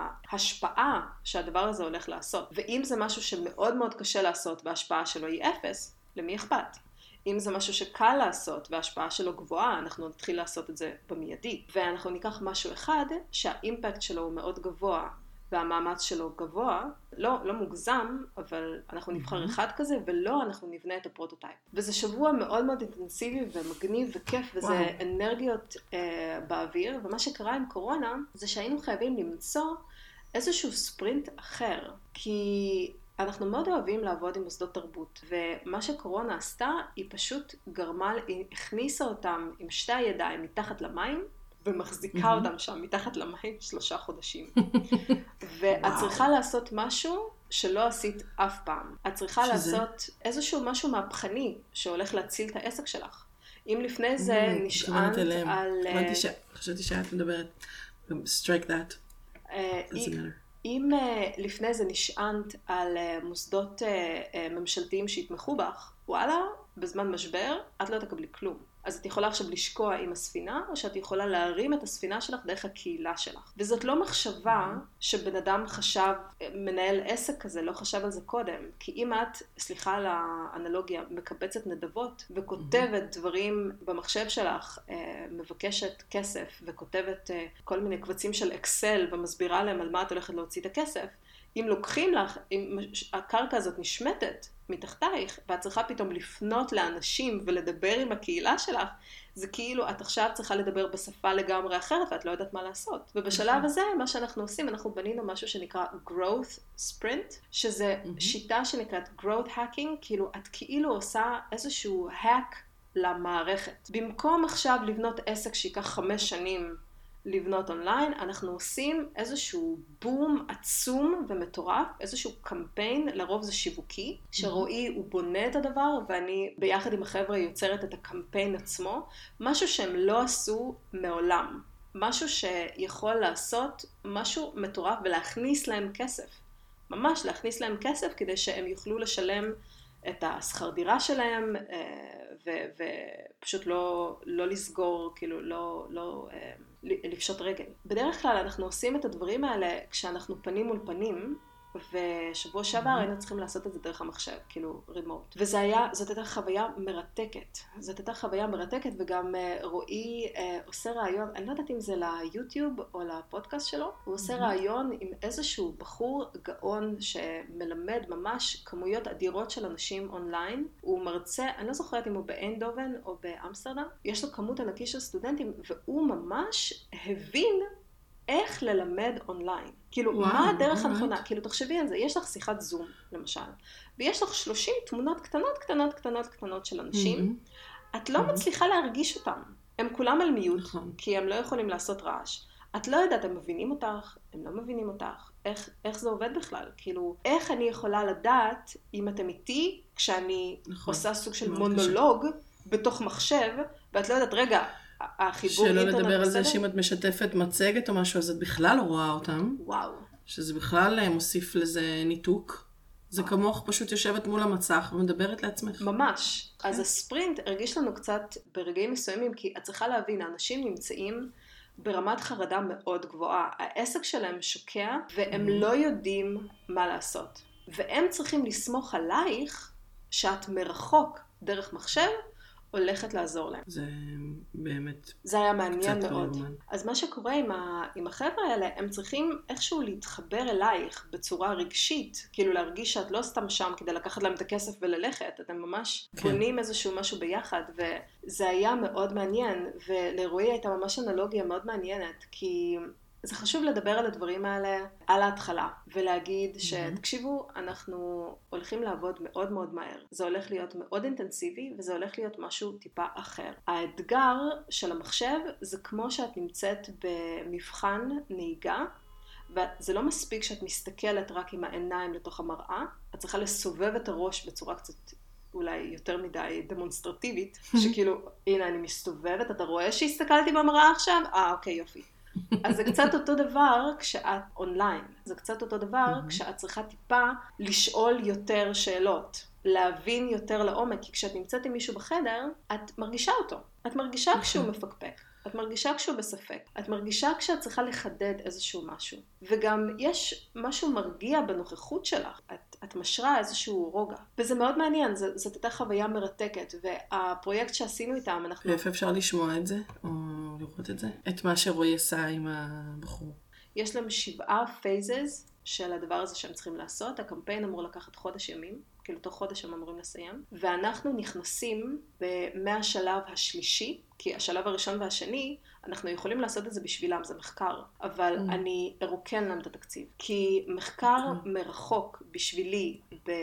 ההשפעה שהדבר הזה הולך לעשות. ואם זה משהו שמאוד מאוד קשה לעשות וההשפעה שלו היא אפס, למי אכפת? אם זה משהו שקל לעשות וההשפעה שלו גבוהה, אנחנו נתחיל לעשות את זה במיידי. ואנחנו ניקח משהו אחד שהאימפקט שלו הוא מאוד גבוה, והמאמץ שלו גבוה, לא, לא מוגזם, אבל אנחנו נבחר אחד כזה, ולא אנחנו נבנה את הפרוטוטייפ. וזה שבוע מאוד מאוד אינטנסיבי ומגניב וכיף, וזה וואו. אנרגיות אה, באוויר, ומה שקרה עם קורונה, זה שהיינו חייבים למצוא איזשהו ספרינט אחר, כי אנחנו מאוד אוהבים לעבוד עם מוסדות תרבות, ומה שקורונה עשתה, היא פשוט גרמה, היא הכניסה אותם עם שתי הידיים מתחת למים, ומחזיקה אותם שם מתחת למים שלושה חודשים. ואת צריכה לעשות משהו שלא עשית אף פעם. את צריכה לעשות איזשהו משהו מהפכני שהולך להציל את העסק שלך. אם לפני זה נשענת על... חשבתי שאת מדברת. strike that. אם לפני זה נשענת על מוסדות ממשלתיים שהתמחו בך, וואלה, בזמן משבר, את לא תקבלי כלום. אז את יכולה עכשיו לשקוע עם הספינה, או שאת יכולה להרים את הספינה שלך דרך הקהילה שלך. וזאת לא מחשבה שבן אדם חשב, מנהל עסק כזה, לא חשב על זה קודם. כי אם את, סליחה על האנלוגיה, מקבצת נדבות, וכותבת דברים במחשב שלך, מבקשת כסף, וכותבת כל מיני קבצים של אקסל, ומסבירה להם על מה את הולכת להוציא את הכסף, אם לוקחים לך, אם הקרקע הזאת נשמטת מתחתייך, ואת צריכה פתאום לפנות לאנשים ולדבר עם הקהילה שלך, זה כאילו את עכשיו צריכה לדבר בשפה לגמרי אחרת, ואת לא יודעת מה לעשות. ובשלב הזה, מה שאנחנו עושים, אנחנו בנינו משהו שנקרא growth sprint, שזה שיטה שנקראת growth hacking, כאילו את כאילו עושה איזשהו hack למערכת. במקום עכשיו לבנות עסק שיקח חמש שנים, לבנות אונליין, אנחנו עושים איזשהו בום עצום ומטורף, איזשהו קמפיין, לרוב זה שיווקי, שרועי הוא בונה את הדבר, ואני ביחד עם החבר'ה יוצרת את הקמפיין עצמו, משהו שהם לא עשו מעולם, משהו שיכול לעשות משהו מטורף ולהכניס להם כסף, ממש להכניס להם כסף כדי שהם יוכלו לשלם את השכר דירה שלהם, ו- ופשוט לא, לא לסגור, כאילו לא, לא לפשוט רגל. בדרך כלל אנחנו עושים את הדברים האלה כשאנחנו פנים מול פנים, ושבוע שעבר היינו צריכים לעשות את זה דרך המחשב, כאילו רימוט. וזה היה, זאת הייתה חוויה מרתקת. זאת הייתה חוויה מרתקת, וגם רועי עושה רעיון, אני לא יודעת אם זה ליוטיוב או לפודקאסט שלו, הוא עושה רעיון עם איזשהו בחור גאון שמלמד ממש כמויות אדירות של אנשים אונליין. הוא מרצה, אני לא זוכרת אם הוא באיינדובן או באמסטרדם, יש לו כמות ענקי של סטודנטים, והוא ממש הבין איך ללמד אונליין. כאילו, וואו, מה הדרך הנכונה? כאילו, תחשבי על זה, יש לך שיחת זום, למשל, ויש לך שלושים תמונות קטנות, קטנות, קטנות, קטנות של אנשים, mm-hmm. את לא mm-hmm. מצליחה להרגיש אותם. הם כולם על מיוט, נכון. כי הם לא יכולים לעשות רעש. את לא יודעת, הם מבינים אותך, הם לא מבינים אותך, איך, איך זה עובד בכלל? כאילו, איך אני יכולה לדעת אם אתם איתי, כשאני נכון. עושה סוג של מאוד מונולוג בתוך מחשב, ואת לא יודעת, רגע, החיבור שלא אינטרנט לדבר על זה בסדר? שאם את משתפת מצגת או משהו, אז את בכלל לא רואה אותם. וואו. שזה בכלל מוסיף לזה ניתוק. זה כמוך פשוט יושבת מול המצח ומדברת לעצמך. ממש. אז הספרינט הרגיש לנו קצת ברגעים מסוימים, כי את צריכה להבין, האנשים נמצאים ברמת חרדה מאוד גבוהה. העסק שלהם שוקע, והם לא יודעים מה לעשות. והם צריכים לסמוך עלייך, שאת מרחוק דרך מחשב, הולכת לעזור להם. זה באמת זה היה מעניין קצת מאוד. לא אז מה שקורה עם, ה... עם החבר'ה האלה, הם צריכים איכשהו להתחבר אלייך בצורה רגשית, כאילו להרגיש שאת לא סתם שם כדי לקחת להם את הכסף וללכת, אתם ממש כן. בונים איזשהו משהו ביחד, וזה היה מאוד מעניין, ולרועי הייתה ממש אנלוגיה מאוד מעניינת, כי זה חשוב לדבר על הדברים האלה על ההתחלה, ולהגיד שתקשיבו, אנחנו הולכים לעבוד מאוד מאוד מהר. זה הולך להיות מאוד אינטנסיבי, וזה הולך להיות משהו טיפה אחר. האתגר של המחשב זה כמו שאת נמצאת במבחן נהיגה, וזה לא מספיק שאת מסתכלת רק עם העיניים לתוך המראה, את צריכה לסובב את הראש בצורה קצת אולי יותר מדי דמונסטרטיבית, שכאילו, הנה אני מסתובבת, אתה רואה שהסתכלתי במראה עכשיו? אה, אוקיי, יופי. אז זה קצת אותו דבר כשאת אונליין, זה קצת אותו דבר כשאת צריכה טיפה לשאול יותר שאלות, להבין יותר לעומק, כי כשאת נמצאת עם מישהו בחדר, את מרגישה אותו, את מרגישה כשהוא מפקפק, את מרגישה כשהוא בספק, את מרגישה כשאת צריכה לחדד איזשהו משהו, וגם יש משהו מרגיע בנוכחות שלך, את, את משרה איזשהו רוגע, וזה מאוד מעניין, זה, זאת הייתה חוויה מרתקת, והפרויקט שעשינו איתם, אנחנו... ואיפה אפשר לשמוע את זה, או לראות את זה? את מה שרועי עשה עם הבחור. יש להם שבעה פייזס של הדבר הזה שהם צריכים לעשות, הקמפיין אמור לקחת חודש ימים, כאילו תוך חודש הם אמורים לסיים, ואנחנו נכנסים מהשלב השלישי, כי השלב הראשון והשני, אנחנו יכולים לעשות את זה בשבילם, זה מחקר, אבל mm. אני ארוקן להם את התקציב, כי מחקר okay. מרחוק בשבילי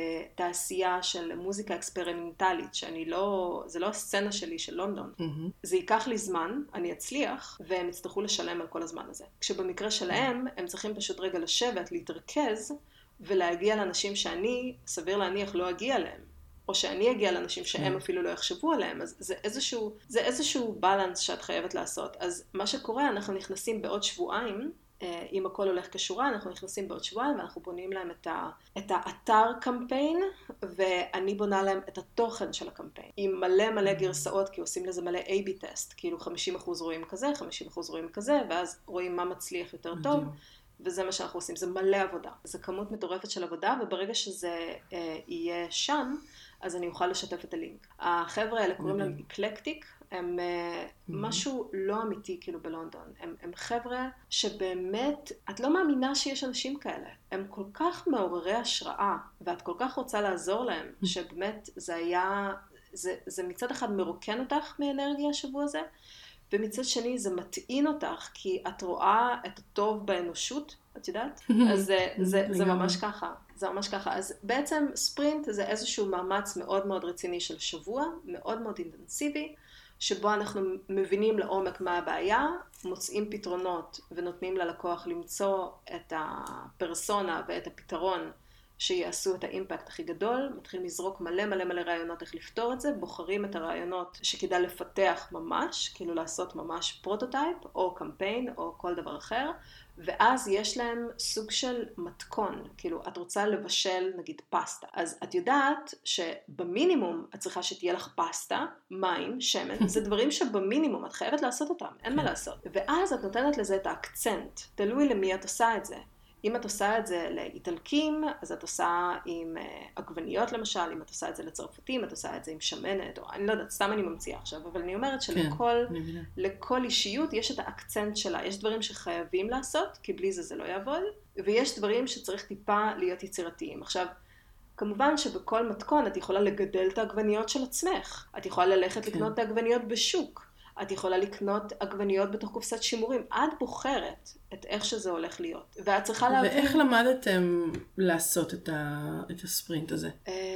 בתעשייה של מוזיקה אקספרימנטלית, שאני לא, זה לא הסצנה שלי של לונדון, mm-hmm. זה ייקח לי זמן, אני אצליח, והם יצטרכו לשלם על כל הזמן הזה. כשבמקרה שלהם, הם צריכים פשוט רגע לשבת, להתרכז, ולהגיע לאנשים שאני, סביר להניח, לא אגיע להם. או שאני אגיע לאנשים שהם אפילו לא יחשבו עליהם. אז זה איזשהו, זה איזשהו בלנס שאת חייבת לעשות. אז מה שקורה, אנחנו נכנסים בעוד שבועיים, אם הכל הולך כשורה, אנחנו נכנסים בעוד שבועיים, ואנחנו בונים להם את, ה, את האתר קמפיין, ואני בונה להם את התוכן של הקמפיין. עם מלא מלא גרסאות, כי עושים לזה מלא איי בי טסט, כאילו חמישים אחוז רואים כזה, חמישים אחוז רואים כזה, ואז רואים מה מצליח יותר טוב. וזה מה שאנחנו עושים, זה מלא עבודה. זה כמות מטורפת של עבודה, וברגע שזה אה, יהיה שם, אז אני אוכל לשתף את הלינק. החבר'ה האלה קוראים להם אקלקטיק, הם אה, משהו לא אמיתי כאילו בלונדון. הם, הם חבר'ה שבאמת, את לא מאמינה שיש אנשים כאלה. הם כל כך מעוררי השראה, ואת כל כך רוצה לעזור להם, שבאמת זה היה, זה, זה מצד אחד מרוקן אותך מאנרגיה השבוע הזה, ומצד שני זה מטעין אותך, כי את רואה את הטוב באנושות, את יודעת? אז זה, זה, זה ממש ככה, זה ממש ככה. אז בעצם ספרינט זה איזשהו מאמץ מאוד מאוד רציני של שבוע, מאוד מאוד אינטנסיבי, שבו אנחנו מבינים לעומק מה הבעיה, מוצאים פתרונות ונותנים ללקוח למצוא את הפרסונה ואת הפתרון שיעשו את האימפקט הכי גדול, מתחילים לזרוק מלא מלא מלא רעיונות איך לפתור את זה, בוחרים את הרעיונות שכדאי לפתח ממש, כאילו לעשות ממש פרוטוטייפ, או קמפיין, או כל דבר אחר, ואז יש להם סוג של מתכון, כאילו את רוצה לבשל נגיד פסטה, אז את יודעת שבמינימום את צריכה שתהיה לך פסטה, מים, שמן, זה דברים שבמינימום את חייבת לעשות אותם, אין מה לעשות, ואז את נותנת לזה את האקצנט, תלוי למי את עושה את זה. אם את עושה את זה לאיטלקים, אז את עושה עם עגבניות למשל, אם את עושה את זה לצרפתים, את עושה את זה עם שמנת, או אני לא יודעת, סתם אני ממציאה עכשיו, אבל אני אומרת שלכל לכל אישיות יש את האקצנט שלה, יש דברים שחייבים לעשות, כי בלי זה זה לא יעבוד, ויש דברים שצריך טיפה להיות יצירתיים. עכשיו, כמובן שבכל מתכון את יכולה לגדל את העגבניות של עצמך, את יכולה ללכת כן. לקנות את העגבניות בשוק, את יכולה לקנות עגבניות בתוך קופסת שימורים. את בוחרת את איך שזה הולך להיות. ואת צריכה להבין... ואיך למדתם לעשות את, ה... את הספרינט הזה?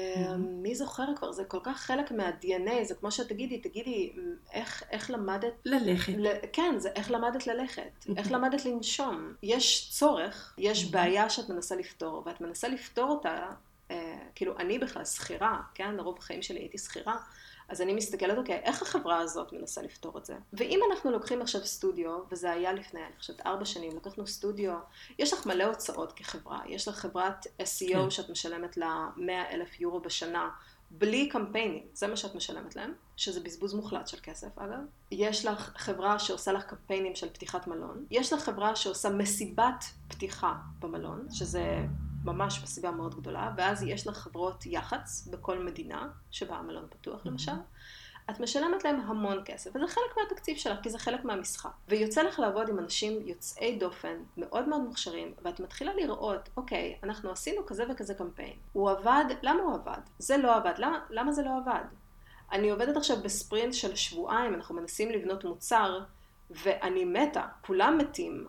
מי זוכר כבר? זה כל כך חלק מה-די אן איי, זה כמו שאת תגידי, תגידי, איך, איך למדת... ללכת. כן, זה איך למדת ללכת, איך למדת לנשום. יש צורך, יש בעיה שאת מנסה לפתור, ואת מנסה לפתור אותה, כאילו אני בכלל שכירה, כן? רוב החיים שלי הייתי שכירה, אז אני מסתכלת, אוקיי, איך החברה הזאת מנסה לפתור את זה? ואם אנחנו לוקחים עכשיו סטודיו, וזה היה לפני, אני חושבת, ארבע שנים, לקחנו סטודיו, יש לך מלא הוצאות כחברה, יש לך חברת אס אי או כן. שאת משלמת לה מאה אלף יורו בשנה, בלי קמפיינים, זה מה שאת משלמת להם, שזה בזבוז מוחלט של כסף, אגב. יש לך חברה שעושה לך קמפיינים של פתיחת מלון, יש לך חברה שעושה מסיבת פתיחה במלון, שזה... ממש מסיבה מאוד גדולה, ואז יש לך חברות יח"צ בכל מדינה, שבה המלון פתוח למשל, את משלמת להם המון כסף, וזה חלק מהתקציב שלך, כי זה חלק מהמשחק. ויוצא לך לעבוד עם אנשים יוצאי דופן, מאוד מאוד מוכשרים, ואת מתחילה לראות, אוקיי, אנחנו עשינו כזה וכזה קמפיין. הוא עבד, למה הוא עבד? זה לא עבד, למה, למה זה לא עבד? אני עובדת עכשיו בספרינט של שבועיים, אנחנו מנסים לבנות מוצר, ואני מתה, כולם מתים.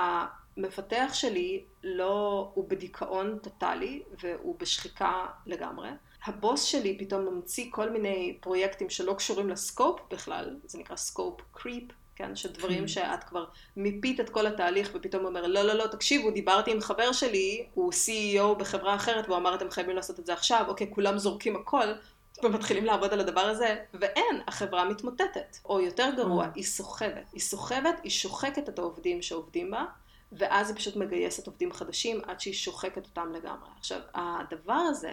המפתח שלי לא, הוא בדיכאון טוטלי, והוא בשחיקה לגמרי. הבוס שלי פתאום ממציא כל מיני פרויקטים שלא קשורים לסקופ בכלל, זה נקרא סקופ קריפ, כן? שדברים שאת כבר מיפית את כל התהליך ופתאום אומר, לא, לא, לא, תקשיבו, דיברתי עם חבר שלי, הוא סי אי או בחברה אחרת, והוא אמר, אתם חייבים לעשות את זה עכשיו, אוקיי, כולם זורקים הכל, ומתחילים לעבוד על הדבר הזה, ואין, החברה מתמוטטת. או יותר גרוע, היא סוחבת. היא סוחבת, היא שוחקת את העובדים שעובדים בה, ואז היא פשוט מגייסת עובדים חדשים, עד שהיא שוחקת אותם לגמרי. עכשיו, הדבר הזה,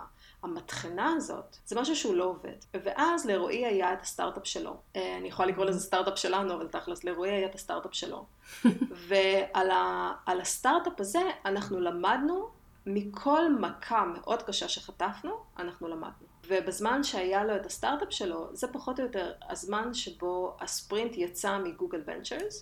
המתחנה הזאת, זה משהו שהוא לא עובד. ואז לרועי היה את הסטארט-אפ שלו. אני יכולה לקרוא לזה סטארט-אפ שלנו, אבל תכלס לרועי היה את הסטארט-אפ שלו. ועל ה, על הסטארט-אפ הזה אנחנו למדנו, מכל מכה מאוד קשה שחטפנו, אנחנו למדנו. ובזמן שהיה לו את הסטארט-אפ שלו, זה פחות או יותר הזמן שבו הספרינט יצא מגוגל ונצ'רס,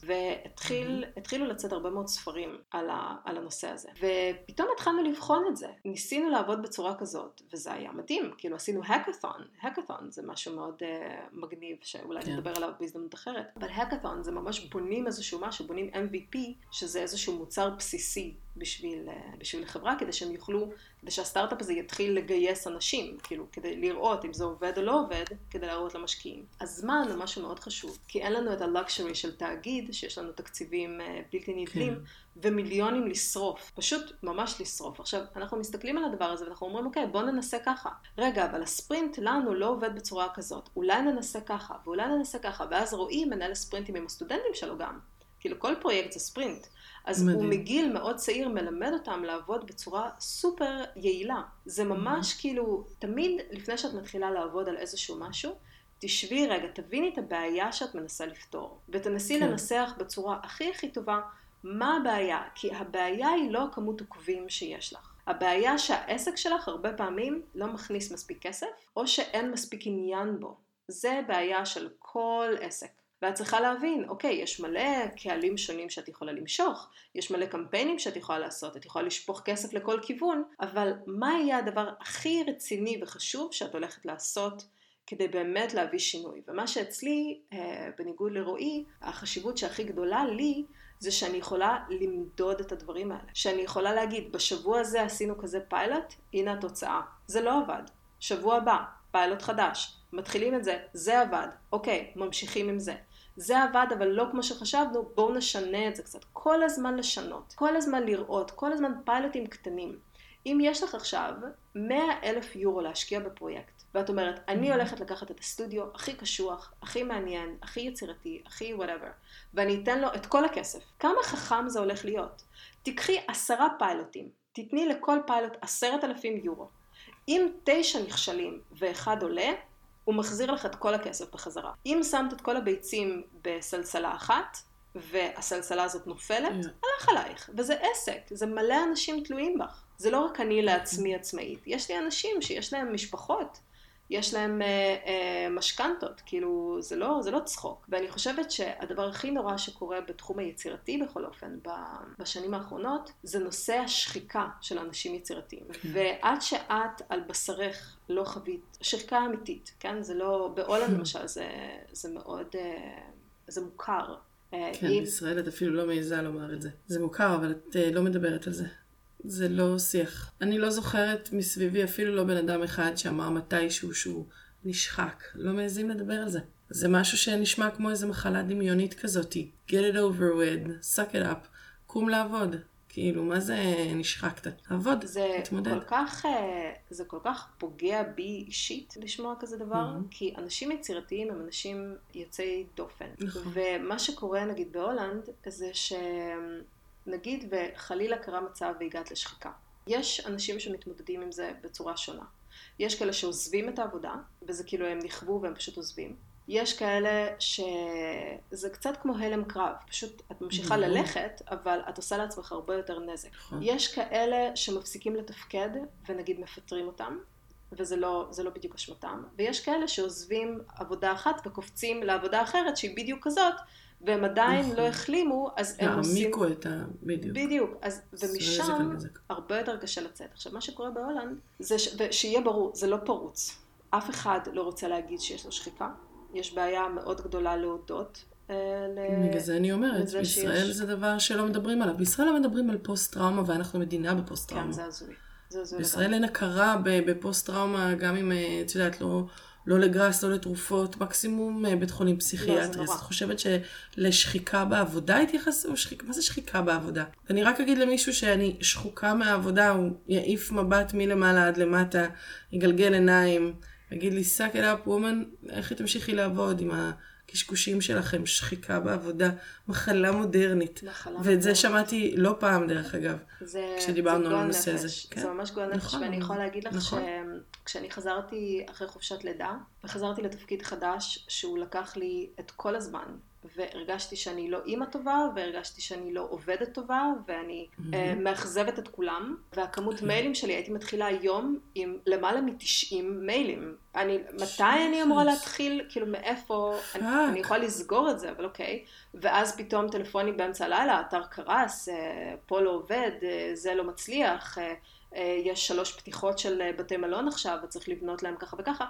והתחילו לצאת הרבה מאוד ספרים על, ה, על הנושא הזה. ופתאום התחלנו לבחון את זה. ניסינו לעבוד בצורה כזאת, וזה היה מדהים. כאילו עשינו הקאתון. הקאתון זה משהו מאוד uh, מגניב, שאולי yeah. נדבר עליו בהזדמנות אחרת. אבל הקאתון זה ממש בונים איזשהו משהו, בונים אם וי פי, שזה איזשהו מוצר בסיסי בשביל, uh, בשביל חברה, כדי שהם יוכלו, כדי שהסטארט-אפ הזה יתחיל לגייס אנשים, כאילו, כדי לראות אם זה עובד או לא עובד, כדי להראות למשקיעים. הזמן הוא משהו מאוד חשוב, כי אין לנו את הלקשרי של תאגיד, שיש לנו תקציבים בלתי נדלים, ומיליונים לשרוף, פשוט ממש לשרוף. עכשיו, אנחנו מסתכלים על הדבר הזה, ואנחנו אומרים, אוקיי, בוא ננסה ככה. רגע, אבל הספרינט לנו לא עובד בצורה כזאת. אולי ננסה ככה, ואולי ננסה ככה, ואז רואים מנהל הספרינטים עם הסטודנטים שלו גם. כאילו, כל פרויקט זה ספרינט. אז מדהים. הוא מגיל מאוד צעיר מלמד אותם לעבוד בצורה סופר יעילה. זה ממש mm-hmm. כאילו, תמיד לפני שאת מתחילה לעבוד על איזשהו משהו, תשבי רגע, תביני את הבעיה שאת מנסה לפתור, ותנסי כן. לנסח בצורה הכי הכי טובה מה הבעיה, כי הבעיה היא לא כמות עוקבים שיש לך. הבעיה שהעסק שלך הרבה פעמים לא מכניס מספיק כסף, או שאין מספיק עניין בו. זה בעיה של כל עסק. ואת צריכה להבין, אוקיי, יש מלא קהלים שונים שאת יכולה למשוך, יש מלא קמפיינים שאת יכולה לעשות, את יכולה לשפוך כסף לכל כיוון, אבל מה יהיה הדבר הכי רציני וחשוב שאת הולכת לעשות כדי באמת להביא שינוי? ומה שאצלי, בניגוד לרועי, החשיבות שהכי גדולה לי, זה שאני יכולה למדוד את הדברים האלה. שאני יכולה להגיד, בשבוע הזה עשינו כזה פיילוט, הנה התוצאה. זה לא עבד. שבוע הבא, פיילוט חדש. מתחילים את זה, זה עבד. אוקיי, ממשיכים עם זה. זה עבד, אבל לא כמו שחשבנו, בואו נשנה את זה קצת. כל הזמן לשנות, כל הזמן לראות, כל הזמן פיילוטים קטנים. אם יש לך עכשיו מאה אלף יורו להשקיע בפרויקט, ואת אומרת, אני הולכת לקחת את הסטודיו הכי קשוח, הכי מעניין, הכי יצירתי, הכי whatever, ואני אתן לו את כל הכסף. כמה חכם זה הולך להיות? תקחי עשרה פיילוטים, תתני לכל פיילוט עשרת אלפים יורו. אם תשע נכשלים ואחד עולה, הוא מחזיר לך את כל הכסף בחזרה. אם שמת את כל הביצים בסלסלה אחת, והסלסלה הזאת נופלת, הלך עלייך. וזה עסק, זה מלא אנשים תלויים בך. זה לא רק אני לעצמי עצמאית. יש לי אנשים שיש להם משפחות, יש להם אה, אה, משכנתות, כאילו זה לא, זה לא צחוק. ואני חושבת שהדבר הכי נורא שקורה בתחום היצירתי בכל אופן, בשנים האחרונות, זה נושא השחיקה של אנשים יצירתיים. ועד שאת על בשרך לא חווית, שחיקה אמיתית, כן? זה לא, בהולנד למשל, זה, זה מאוד, אה, זה מוכר. כן, בישראל את אפילו לא מעיזה לומר את זה. זה מוכר, אבל את לא מדברת על זה. זה לא שיח. אני לא זוכרת מסביבי אפילו לא בן אדם אחד שאמר מתישהו שהוא נשחק. לא מעזים לדבר על זה. זה משהו שנשמע כמו איזו מחלה דמיונית כזאת. Get it over with, suck it up, קום לעבוד. כאילו, מה זה נשחקת? עבוד, זה תתמודד. כל כך, זה כל כך פוגע בי אישית לשמוע כזה דבר, mm-hmm. כי אנשים יצירתיים הם אנשים יוצאי דופן. נכון. ומה שקורה נגיד בהולנד, זה שנגיד וחלילה קרה מצב והגעת לשחיקה. יש אנשים שמתמודדים עם זה בצורה שונה. יש כאלה שעוזבים את העבודה, וזה כאילו הם נכוו והם פשוט עוזבים. יש כאלה שזה קצת כמו הלם קרב, פשוט את ממשיכה ללכת, אבל את עושה לעצמך הרבה יותר נזק. יש כאלה שמפסיקים לתפקד ונגיד מפטרים אותם, וזה לא, זה לא בדיוק אשמתם, ויש כאלה שעוזבים עבודה אחת וקופצים לעבודה אחרת שהיא בדיוק כזאת, והם עדיין לא החלימו, אז הם עושים... יעמיקו את ה... בדיוק. בדיוק, אז, ומשם הרבה יותר קשה לצאת. עכשיו, מה שקורה בהולנד, זה ש... ושיהיה ברור, זה לא פרוץ. אף אחד לא רוצה להגיד שיש לו שחיקה. יש בעיה מאוד גדולה להודות. בגלל זה אני אומרת, בישראל זה דבר שלא מדברים עליו. בישראל לא מדברים על פוסט-טראומה, ואנחנו מדינה בפוסט-טראומה. כן, זה הזוי. בישראל אין הכרה בפוסט-טראומה, גם אם, את יודעת, לא... לא לגרס, לא לתרופות, מקסימום בית חולים פסיכיאטרי. אז את חושבת שלשחיקה בעבודה התייחסו? מה זה שחיקה בעבודה? אני רק אגיד למישהו שאני שחוקה מהעבודה, הוא יעיף מבט מלמעלה עד למטה, יגלגל עיניים, יגיד לי, suck it up woman, איך תמשיכי לעבוד עם הקשקושים שלכם? שחיקה בעבודה, מחלה מודרנית. מחלה ואת זה שמעתי לא פעם דרך אגב, זה, כשדיברנו זה על הנושא הזה. כן? זה ממש גועל נפש, נכון, ואני יכולה להגיד לך נכון. שכשאני חזרתי אחרי חופשת לידה, וחזרתי לתפקיד חדש שהוא לקח לי את כל הזמן, והרגשתי שאני לא אימא טובה, והרגשתי שאני לא עובדת טובה, ואני mm-hmm. uh, מאכזבת את כולם, והכמות mm-hmm. מיילים שלי הייתי מתחילה היום עם למעלה מ-תשעים מיילים. אני, מתי אני אמורה להתחיל, כאילו מאיפה, אני, אני יכולה לסגור את זה, אבל אוקיי. ואז פתאום טלפונים באמצע הלילה, אתר קרס, uh, פה לא עובד, uh, זה לא מצליח, uh, uh, יש שלוש פתיחות של uh, בתי מלון עכשיו, וצריך לבנות להם ככה וככה.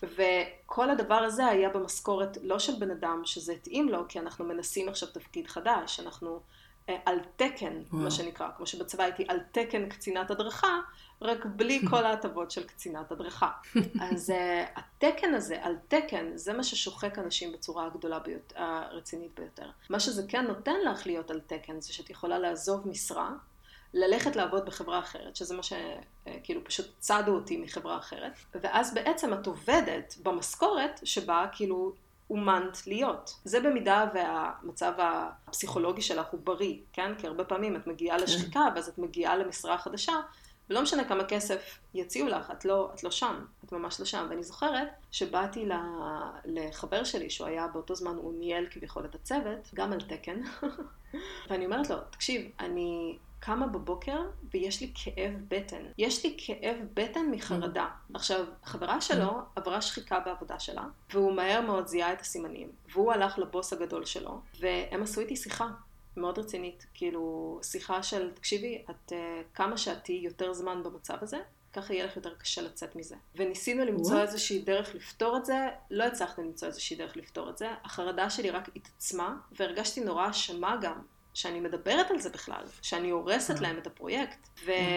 וכל הדבר הזה היה במשכורת לא של בן אדם שזה התאים לו, כי אנחנו מנסים עכשיו תפקיד חדש, אנחנו אה, על תקן, וואו. מה שנקרא, כמו שבצבא הייתי על תקן קצינת הדרכה, רק בלי כל ההטבות של קצינת הדרכה. אז אה, התקן הזה, על תקן, זה מה ששוחק אנשים בצורה הגדולה ביות, הרצינית ביותר. מה שזה כן נותן לך להיות על תקן, זה שאת יכולה לעזוב משרה, ללכת לעבוד בחברה אחרת, שזה מה שכאילו פשוט צעדו אותי מחברה אחרת, ואז בעצם את עובדת במשכורת שבה כאילו אומנת להיות. זה במידה והמצב הפסיכולוגי שלך הוא בריא, כן? כי הרבה פעמים את מגיעה לשחיקה, ואז את מגיעה למשרה חדשה, ולא משנה כמה כסף יציעו לך, את לא, את לא שם, את ממש לא שם. ואני זוכרת שבאתי לחבר שלי, שהוא היה באותו זמן, הוא ניהל כביכול את הצוות, גם על תקן, ואני אומרת לו, תקשיב, אני קמה בבוקר ויש לי כאב בטן. יש לי כאב בטן מחרדה. עכשיו, חברה שלו עברה שחיקה בעבודה שלה, והוא מהר מאוד זיהה את הסימנים, והוא הלך לבוס הגדול שלו, והם עשו איתי שיחה. מאוד רצינית, כאילו שיחה של, תקשיבי, את uh, כמה שאת תהיי יותר זמן במצב הזה, ככה יהיה לך יותר קשה לצאת מזה. וניסינו למצוא What? איזושהי דרך לפתור את זה, לא הצלחנו למצוא איזושהי דרך לפתור את זה, החרדה שלי רק התעצמה, והרגשתי נורא אשמה גם, שאני מדברת על זה בכלל, שאני הורסת להם את הפרויקט,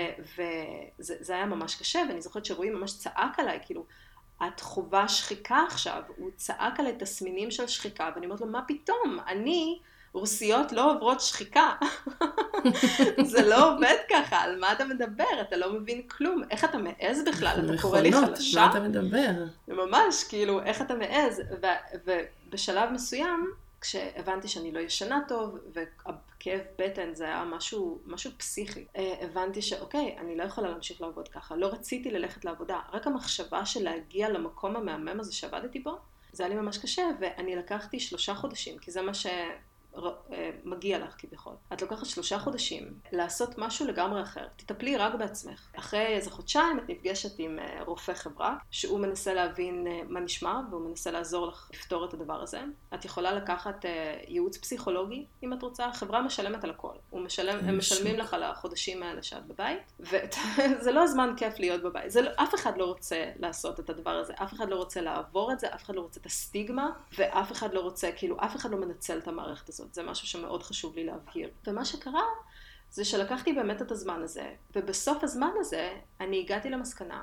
וזה היה ממש קשה, ואני זוכרת שרועי ממש צעק עליי, כאילו, את חובה שחיקה עכשיו, הוא צעק עליי תסמינים של שחיקה, ואני אומרת לו, מה פתאום? אני... רוסיות לא עוברות שחיקה. זה לא עובד ככה, על מה אתה מדבר? אתה לא מבין כלום. איך אתה מעז בכלל? אתה קורא לי חלשה? מה אתה מדבר? ממש, כאילו, איך אתה מעז? ובשלב מסוים, כשהבנתי שאני לא ישנה טוב, וכאב בטן זה היה משהו, משהו פסיכי, הבנתי שאוקיי, אני לא יכולה להמשיך לעבוד ככה. לא רציתי ללכת לעבודה. רק המחשבה של להגיע למקום המהמם הזה שעבדתי בו, זה היה לי ממש קשה, ואני לקחתי שלושה חודשים, כי זה מה ש... מגיע לך כביכול. את לוקחת שלושה חודשים לעשות משהו לגמרי אחר. תטפלי רק בעצמך. אחרי איזה חודשיים את נפגשת עם רופא חברה, שהוא מנסה להבין מה נשמע, והוא מנסה לעזור לך לפתור את הדבר הזה. את יכולה לקחת ייעוץ פסיכולוגי, אם את רוצה. חברה משלמת על הכל. משלם, הם משלמים לך על החודשים האלה שאת בבית, וזה לא זמן כיף להיות בבית. זה לא, אף אחד לא רוצה לעשות את הדבר הזה. אף אחד לא רוצה לעבור את זה, אף אחד לא רוצה את הסטיגמה, ואף אחד לא רוצה, כאילו, אף אחד לא מנצל את המערכת הזאת. זה משהו שמאוד חשוב לי להבהיר. ומה שקרה, זה שלקחתי באמת את הזמן הזה, ובסוף הזמן הזה אני הגעתי למסקנה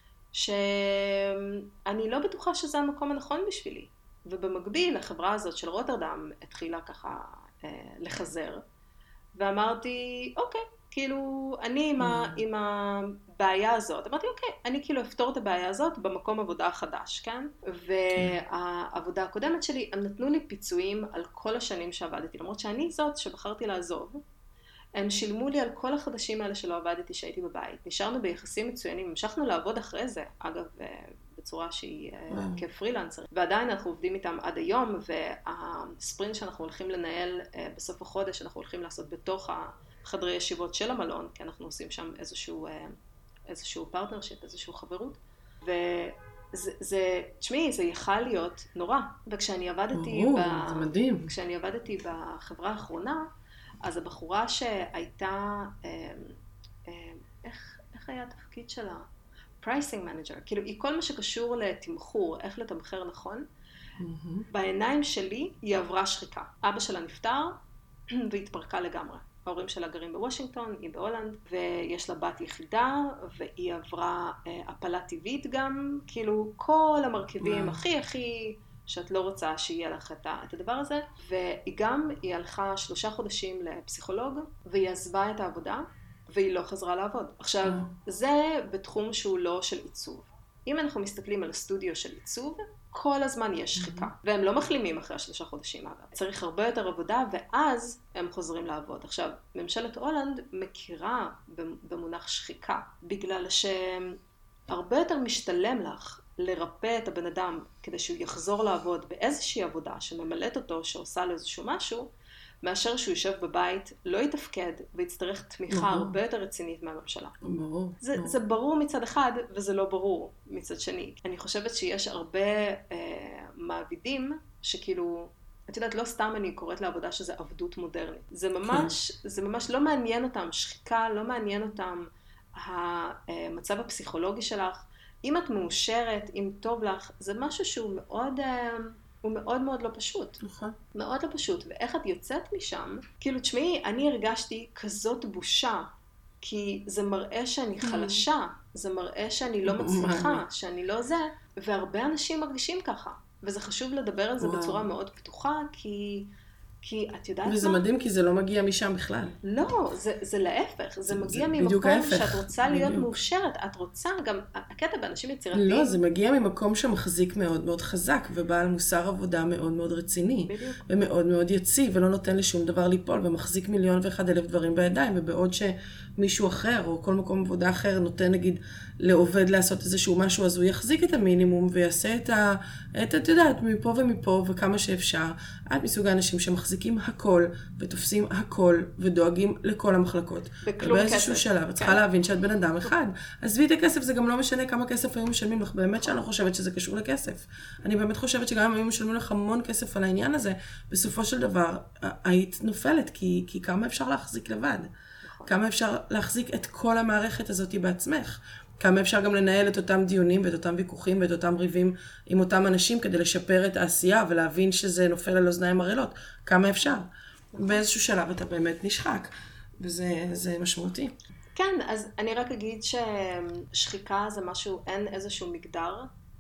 שאני לא בטוחה שזה המקום הנכון בשבילי. ובמקביל, החברה הזאת של רוטרדם התחילה ככה אה, לחזר, ואמרתי, אוקיי, כאילו, אני עם, ה, עם הבעיה הזאת, אמרתי, אוקיי, אני כאילו אפתור את הבעיה הזאת במקום עבודה חדש, כן? והעבודה הקודמת שלי, הם נתנו לי פיצויים על כל השנים שעבדתי, למרות שאני זאת שבחרתי לעזוב, הם שילמו לי על כל החדשים האלה שלא עבדתי שהייתי בבית. נשארנו ביחסים מצוינים, המשכנו לעבוד אחרי זה, אגב, בצורה שהיא כפרילנסר. ועדיין אנחנו עובדים איתם עד היום, והספרינט שאנחנו הולכים לנהל בסוף החודש, אנחנו הולכים לעשות בתוך החדרי ישיבות של המלון, כי אנחנו עושים שם איזשהו, איזשהו פרטנרשיפ, איזשהו חברות. וזה, זה, תשמעי, זה יכל להיות נורא. וכשאני עבדתי, או, ב... זה מדהים. כשאני עבדתי בחברה האחרונה, אז הבחורה שהייתה, איך, איך היה התפקיד שלה? Pricing Manager, כאילו היא כל מה שקשור לתמחור, איך לתמחר נכון, mm-hmm. בעיניים שלי היא עברה שחיקה. אבא שלה נפטר והתפרקה לגמרי. ההורים שלה גרים בוושינגטון, היא בהולנד, ויש לה בת יחידה, והיא עברה הפלה טבעית גם, כאילו כל המרכיבים wow. הכי הכי... שאת לא רוצה שיהיה לך את הדבר הזה, והיא גם, היא הלכה שלושה חודשים לפסיכולוג, והיא עזבה את העבודה, והיא לא חזרה לעבוד. עכשיו, זה בתחום שהוא לא של עיצוב. אם אנחנו מסתכלים על הסטודיו של עיצוב, כל הזמן יש שחיקה, והם לא מחלימים אחרי השלושה חודשים אגב. צריך הרבה יותר עבודה, ואז הם חוזרים לעבוד. עכשיו, ממשלת הולנד מכירה במונח שחיקה, בגלל שהרבה יותר משתלם לך, לרפא את הבן אדם כדי שהוא יחזור לעבוד באיזושהי עבודה שממלאת אותו, שעושה לו איזשהו משהו, מאשר שהוא יושב בבית, לא יתפקד ויצטרך תמיכה הרבה יותר רצינית מהממשלה. ברור. זה, זה ברור מצד אחד וזה לא ברור מצד שני. אני חושבת שיש הרבה אה, מעבידים שכאילו, את יודעת, לא סתם אני קוראת לעבודה שזה עבדות מודרנית. זה ממש, זה ממש לא מעניין אותם שחיקה, לא מעניין אותם המצב הפסיכולוגי שלך. אם את מאושרת, אם טוב לך, זה משהו שהוא מאוד, הוא מאוד מאוד לא פשוט. נכון. מאוד לא פשוט. ואיך את יוצאת משם? כאילו, תשמעי, אני הרגשתי כזאת בושה, כי זה מראה שאני חלשה, זה מראה שאני לא מצליחה, שאני לא זה, והרבה אנשים מרגישים ככה. וזה חשוב לדבר על זה בצורה מאוד פתוחה, כי... כי את יודעת וזה מה? מדהים כי זה לא מגיע משם בכלל. לא, זה, זה להפך. זה, זה מגיע זה ממקום ההפך. שאת רוצה להיות בדיוק. מאושרת. את רוצה גם, הקטע באנשים יצירתיים. לא, זה מגיע ממקום שמחזיק מאוד מאוד חזק, ובעל מוסר עבודה מאוד מאוד רציני. בדיוק. ומאוד מאוד יציב, ולא נותן לשום דבר ליפול, ומחזיק מיליון ואחד אלף דברים בידיים, ובעוד שמישהו אחר, או כל מקום עבודה אחר, נותן נגיד לעובד לעשות איזשהו משהו, אז הוא יחזיק את המינימום, ויעשה את ה... את, את יודעת, מפה ומפה, וכמה שאפשר. עד מסוג האנשים שמחזיקים הכל, ותופסים הכל, ודואגים לכל המחלקות. בכלום כסף. ובאיזשהו שלב, את צריכה להבין שאת בן אדם אחד. עזבי את הכסף, זה גם לא משנה כמה כסף היו משלמים לך. באמת שאני לא חושבת שזה קשור לכסף. אני באמת חושבת שגם אם היו משלמים לך המון כסף על העניין הזה, בסופו של דבר, היית נופלת, כי, כי כמה אפשר להחזיק לבד? כמה אפשר להחזיק את כל המערכת הזאת בעצמך? כמה אפשר גם לנהל את אותם דיונים ואת אותם ויכוחים ואת אותם ריבים עם אותם אנשים כדי לשפר את העשייה ולהבין שזה נופל על אוזניים ערלות. כמה אפשר? באיזשהו שלב אתה באמת נשחק, וזה זה משמעותי. כן, אז אני רק אגיד ששחיקה זה משהו, אין איזשהו מגדר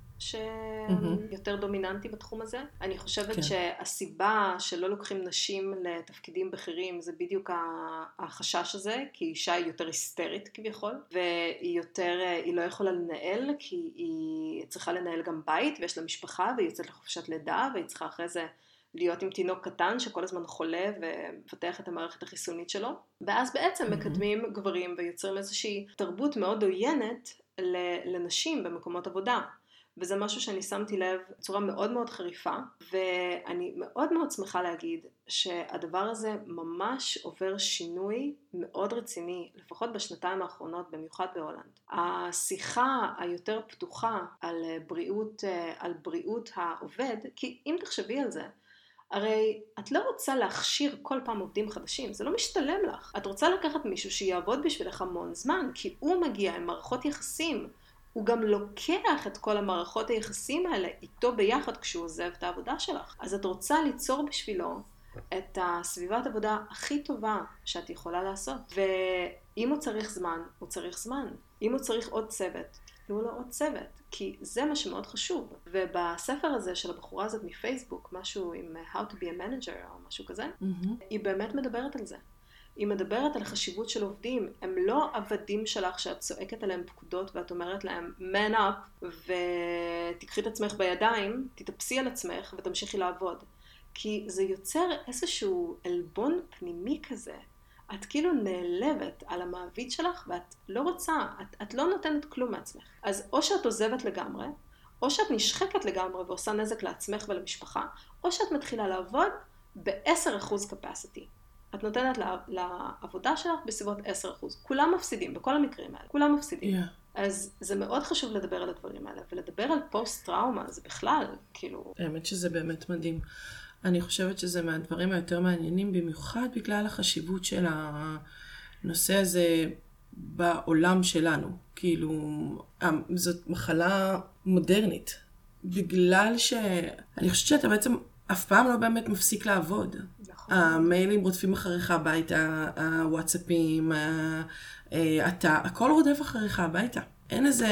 שיותר דומיננטי בתחום הזה. אני חושבת שהסיבה שלא לוקחים נשים לתפקידים בכירים זה בדיוק החשש הזה, כי אישה היא יותר היסטרית כביכול, והיא יותר, היא לא יכולה לנהל, כי היא צריכה לנהל גם בית, ויש לה משפחה, והיא יוצאת לחופשת לידה, והיא צריכה אחרי זה להיות עם תינוק קטן שכל הזמן חולה ומפתח את המערכת החיסונית שלו. ואז בעצם מקדמים גברים ויוצרים איזושהי תרבות מאוד עוינת לנשים במקומות עבודה. וזה משהו שאני שמתי לב בצורה מאוד מאוד חריפה, ואני מאוד מאוד שמחה להגיד שהדבר הזה ממש עובר שינוי מאוד רציני, לפחות בשנתיים האחרונות, במיוחד בהולנד. השיחה היותר פתוחה על בריאות, על בריאות העובד, כי אם תחשבי על זה, הרי את לא רוצה להכשיר כל פעם עובדים חדשים, זה לא משתלם לך. את רוצה לקחת מישהו שיעבוד בשבילך המון זמן, כי הוא מגיע עם מערכות יחסים, הוא גם לוקח את כל המערכות היחסים האלה איתו ביחד כשהוא עוזב את העבודה שלך. אז את רוצה ליצור בשבילו את הסביבת עבודה הכי טובה שאת יכולה לעשות. ואם הוא צריך זמן, הוא צריך זמן. אם הוא צריך עוד צוות, תתנו לו עוד צוות, כי זה מה שמאוד חשוב. ובספר הזה של הבחורה הזאת מפייסבוק, משהו עם How to be a manager או משהו כזה, mm-hmm. היא באמת מדברת על זה. היא מדברת על החשיבות של עובדים, הם לא עבדים שלך שאת צועקת עליהם פקודות ואת אומרת להם man up ותקחי את עצמך בידיים, תתאפסי על עצמך ותמשיכי לעבוד. כי זה יוצר איזשהו אלבון פנימי כזה. את כאילו נעלבת על המעביד שלך ואת לא רוצה, את, את לא נותנת כלום מעצמך. אז או שאת עוזבת לגמרי, או שאת נשחקת לגמרי ועושה נזק לעצמך ולמשפחה, או שאת מתחילה לעבוד ב-עשרה אחוז capacity. את נותנת לעבודה שלך בסביבות עשרה אחוז. כולם מפסידים, בכל המקרים האלה, כולם מפסידים. Yeah. אז זה מאוד חשוב לדבר על הדברים האלה, ולדבר על פוסט-טראומה, זה בכלל, כאילו... האמת שזה באמת מדהים. אני חושבת שזה מהדברים היותר מעניינים, במיוחד בגלל החשיבות של הנושא הזה בעולם שלנו. כאילו, זאת מחלה מודרנית. בגלל ש... אני חושבת שאתה בעצם אף פעם לא באמת מפסיק לעבוד. נכון. המיילים רודפים אחריך הביתה, הוואטסאפים, אתה, הכל רודף אחריך הביתה. אין איזה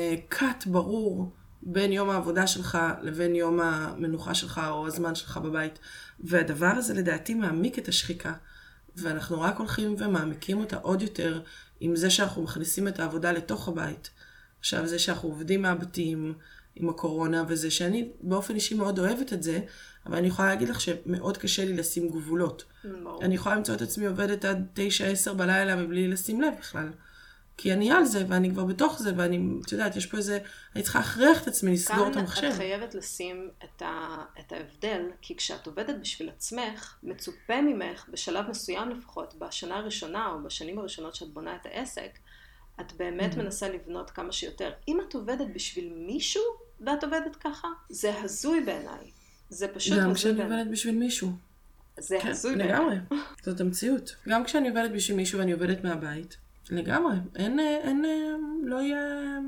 קאט ברור בין יום העבודה שלך לבין יום המנוחה שלך או הזמן שלך בבית. והדבר הזה לדעתי מעמיק את השחיקה. ואנחנו רק הולכים ומעמיקים אותה עוד יותר עם זה שאנחנו מכניסים את העבודה לתוך הבית. עכשיו זה שאנחנו עובדים מהבתים עם הקורונה וזה שאני באופן אישי מאוד אוהבת את זה, אבל אני יכולה להגיד לך שמאוד קשה לי לשים גבולות. No. אני יכולה למצוא את עצמי עובדת עד תשע עשר בלילה מבלי לשים לב בכלל. כי אני על זה ואני כבר בתוך זה ואני, את יודעת, יש פה איזה, אני צריכה להכריח את עצמי לסגור את המחשב. כאן את חייבת לשים את, ה, את ההבדל, כי כשאת עובדת בשביל עצמך, מצופה ממך בשלב מסוים לפחות, בשנה הראשונה או בשנים הראשונות שאת בונה את העסק, את באמת mm-hmm. מנסה לבנות כמה שיותר. אם את עובדת בשביל מישהו ואת עובדת ככה, זה הזוי בעיניי. זה פשוט הזוי בעיניי. גם כשאני עובדת בשביל מישהו. זה כן, הזוי בעיניי. לגמרי. זאת המציאות. גם כשאני עובדת בשביל מישהו ואני עובדת מהבית, לגמרי. אין, אין, לא יהיה,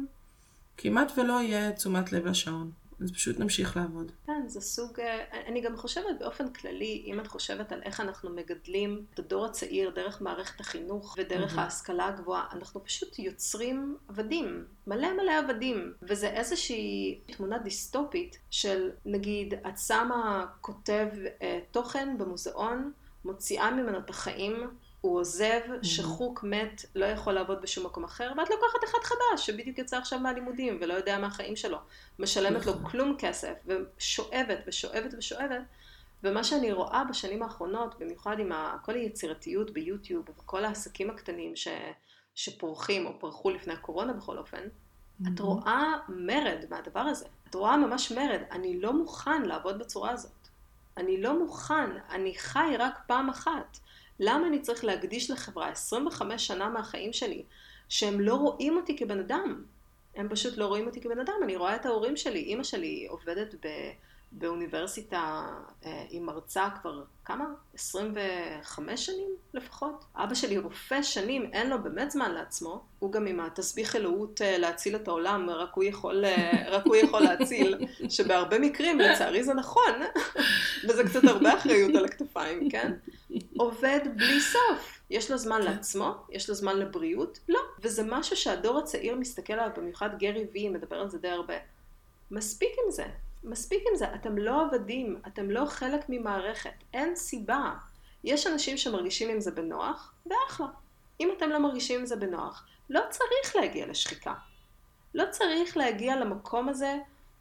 כמעט ולא יהיה תשומת לב לשעון. אז פשוט נמשיך לעבוד. כן, זה סוג, אני גם חושבת באופן כללי, אם את חושבת על איך אנחנו מגדלים את הדור הצעיר דרך מערכת החינוך ודרך mm-hmm. ההשכלה הגבוהה, אנחנו פשוט יוצרים עבדים, מלא מלא עבדים, וזה איזושהי תמונה דיסטופית של, נגיד, את שמה כותב אה, תוכן במוזיאון, מוציאה ממנו את החיים, הוא עוזב, mm-hmm. שחוק מת, לא יכול לעבוד בשום מקום אחר, ואת לוקחת אחד חדש, שבדיוק יצא עכשיו מהלימודים, ולא יודע מה החיים שלו. משלמת לו כלום כסף, ושואבת ושואבת ושואבת. ומה שאני רואה בשנים האחרונות, במיוחד עם כל היצירתיות ביוטיוב, וכל העסקים הקטנים ש... שפורחים, או פרחו לפני הקורונה בכל אופן, mm-hmm. את רואה מרד מהדבר הזה. את רואה ממש מרד. אני לא מוכן לעבוד בצורה הזאת. אני לא מוכן, אני חי רק פעם אחת. למה אני צריך להקדיש לחברה עשרים וחמש שנה מהחיים שלי, שהם לא רואים אותי כבן אדם? הם פשוט לא רואים אותי כבן אדם. אני רואה את ההורים שלי. אמא שלי עובדת ב, באוניברסיטה אה, עם מרצה כבר כמה? עשרים וחמש שנים לפחות. אבא שלי רופא שנים, אין לו באמת זמן לעצמו. הוא גם עם התסביך אלוהות אה, להציל את העולם, רק הוא יכול, אה, רק הוא יכול להציל, שבהרבה מקרים, לצערי זה נכון, וזה קצת הרבה אחריות על הכתפיים, כן? עובד בלי סוף. יש לו זמן לעצמו, יש לו זמן לבריאות? לא. וזה משהו שהדור הצעיר מסתכל עליו, במיוחד גרי וי מדבר על זה די הרבה. מספיק עם זה. מספיק עם זה. אתם לא עבדים, אתם לא חלק ממערכת. אין סיבה. יש אנשים שמרגישים עם זה בנוח, ואחלה. אם אתם לא מרגישים עם זה בנוח, לא צריך להגיע לשחיקה. לא צריך להגיע למקום הזה,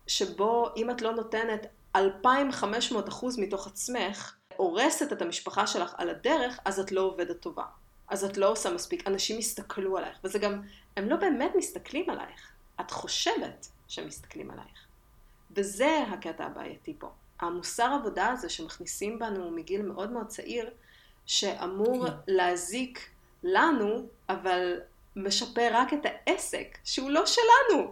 שבו אם את לא נותנת אלפיים וחמש מאות אחוז מתוך עצמך, הורסת את המשפחה שלך על הדרך, אז את לא עובדת טובה. אז את לא עושה מספיק. אנשים מסתכלו עלייך, וזה גם, הם לא באמת מסתכלים עלייך. את חושבת שהם מסתכלים עלייך. וזה הקטע הבעייתי פה. המוסר עבודה הזה שמכניסים בנו מגיל מאוד מאוד צעיר, שאמור כן. להזיק לנו, אבל משפר רק את העסק, שהוא לא שלנו.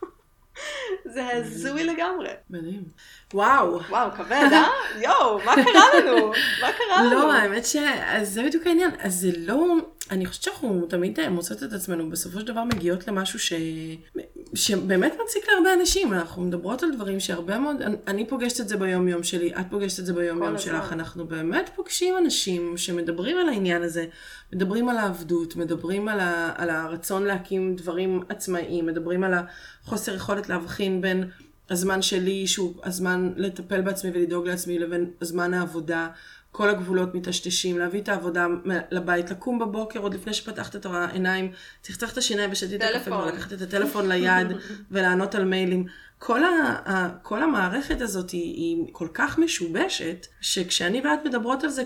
זה הזוי לגמרי. מדהים. וואו. וואו, כבד, אה? יואו, מה קרה לנו? מה קרה לנו? לא, האמת שזה בדיוק העניין. אז זה לא... אני חושבת שאנחנו תמיד מוצאות את עצמנו, בסופו של דבר מגיעות למשהו ש... שבאמת מציק להרבה אנשים, אנחנו מדברות על דברים שהרבה מאוד, אני, אני פוגשת את זה ביום יום שלי, את פוגשת את זה ביום יום שלך, הזמן. אנחנו באמת פוגשים אנשים שמדברים על העניין הזה, מדברים על העבדות, מדברים על, ה, על הרצון להקים דברים עצמאיים, מדברים על החוסר יכולת להבחין בין הזמן שלי, שהוא הזמן לטפל בעצמי ולדאוג לעצמי, לבין הזמן העבודה, כל הגבולות מתשתשים, להביא את העבודה לבית, לקום בבוקר, עוד לפני שפתחת את העיניים, צחצח את השיניים ושתית את הקפה, ולקחת את הטלפון ליד, ולענות על מיילים. כל, ה, כל המערכת הזאת היא, היא כל כך משובשת, שכשאני ואת מדברות על זה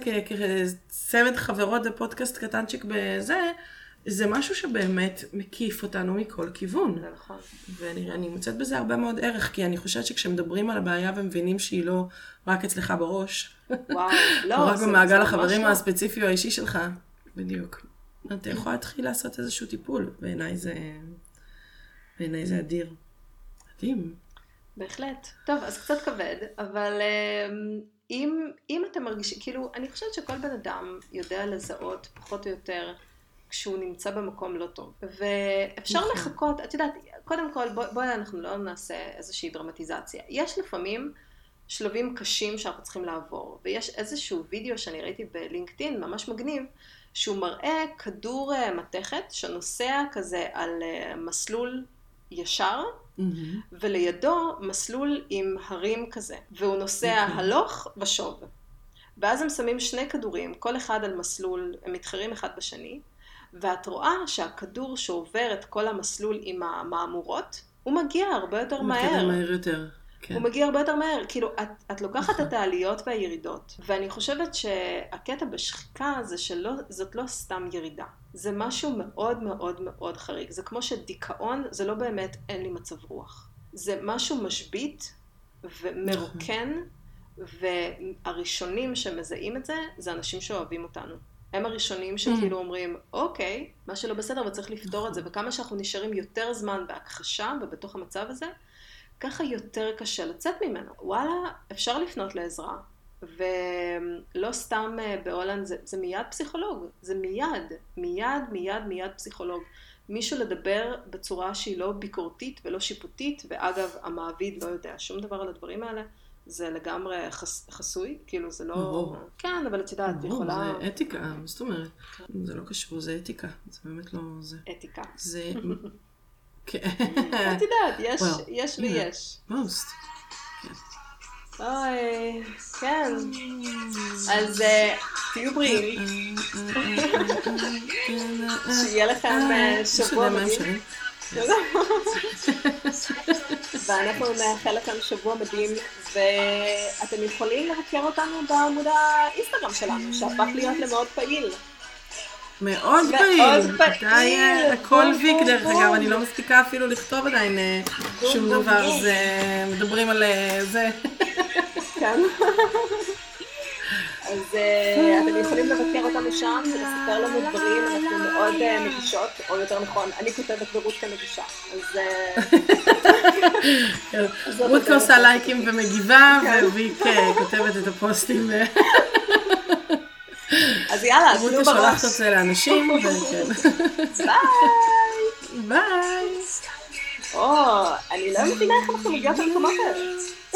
כצמד חברות בפודקאסט קטנצ'יק בזה, זה משהו שבאמת מקיף אותנו מכל כיוון. זה נכון. ואני מוצאת בזה הרבה מאוד ערך, כי אני חושבת שכשמדברים על הבעיה ומבינים שהיא לא רק אצלך בראש, וואו, לא, רק במעגל החברים הספציפי או האישי שלך, בדיוק. אתה יכול להתחיל לעשות איזשהו טיפול, בעיניי זה, בעיניי זה אדיר. מדהים. בהחלט. טוב, אז קצת כבד, אבל אם, אם אתם מרגישים, כאילו, אני חושבת שכל בן אדם יודע לזהות פחות או יותר כשהוא נמצא במקום לא טוב. ואפשר לחכות, את יודעת, קודם כל, בואי בוא, אנחנו לא נעשה איזושהי דרמטיזציה. יש לפעמים שלבים קשים שאנחנו צריכים לעבור, ויש איזשהו וידאו שאני ראיתי בלינקדאין, ממש מגניב, שהוא מראה כדור מתכת שנוסע כזה על מסלול ישר, mm-hmm. ולידו מסלול עם הרים כזה, והוא נוסע mm-hmm. הלוך ושוב. ואז הם שמים שני כדורים, כל אחד על מסלול, הם מתחרים אחד בשני, ואת רואה שהכדור שעובר את כל המסלול עם המאמורות, הוא מגיע הרבה יותר הוא מהר. מתקדם מהר יותר. כן. הוא מגיע הרבה יותר מהר. כאילו, את, את לוקחת את העליות והירידות, ואני חושבת שהקטע בשחיקה זה שזאת לא סתם ירידה. זה משהו מאוד מאוד מאוד חריג. זה כמו שדיכאון, זה לא באמת אין לי מצב רוח. זה משהו משבית ומרוקן, והראשונים שמזהים את זה, זה אנשים שאוהבים אותנו. הם הראשונים שכאילו אומרים, אוקיי, מה שלא בסדר, וצריך לפתור את זה, וכמה שאנחנו נשארים יותר זמן בהכחשה ובתוך המצב הזה, ככה יותר קשה לצאת ממנו. וואלה, אפשר לפנות לעזרה, ולא סתם בהולנד, זה, זה מיד פסיכולוג, זה מיד, מיד, מיד, מיד פסיכולוג. מישהו לדבר בצורה שהיא לא ביקורתית ולא שיפוטית, ואגב, המעביד לא יודע שום דבר על הדברים האלה, זה לגמרי חס, חסוי, כאילו זה לא... ברור. כן, אבל את יודעת, ברור, יכולה... זה אתיקה, מה זאת אומרת? זה לא קשור, זה אתיקה, זה באמת לא... זה... אתיקה. זה... כן. את יודעת, יש, יש ויש. most. אוי, כן. אז תהיו בריאים. שיהיה לכם שבוע מדהים. ואנחנו נאחל לכם שבוע מדהים, ואתם יכולים לבקר אותנו בעמוד האינסטגרם שלנו, שהפך להיות למאוד פעיל. מאוד פעיל, די הכל ויק דרך אגב, אני לא מספיקה אפילו לכתוב עדיין שום דבר, זה מדברים על זה. כן. אז אתם יכולים לבקר אותנו שם ולספר לנו דברים, אנחנו מאוד מגישות, או יותר נכון, אני כותבת ורות כמגישה, אז... רות עושה לייקים ומגיבה, וויק כותבת את הפוסטים. אז יאללה, תנו בראש. רות שולחת את זה לאנשים, וכן. ביי! ביי! או, אני לא מבינה איך אנחנו מגיעות למקומות האלה.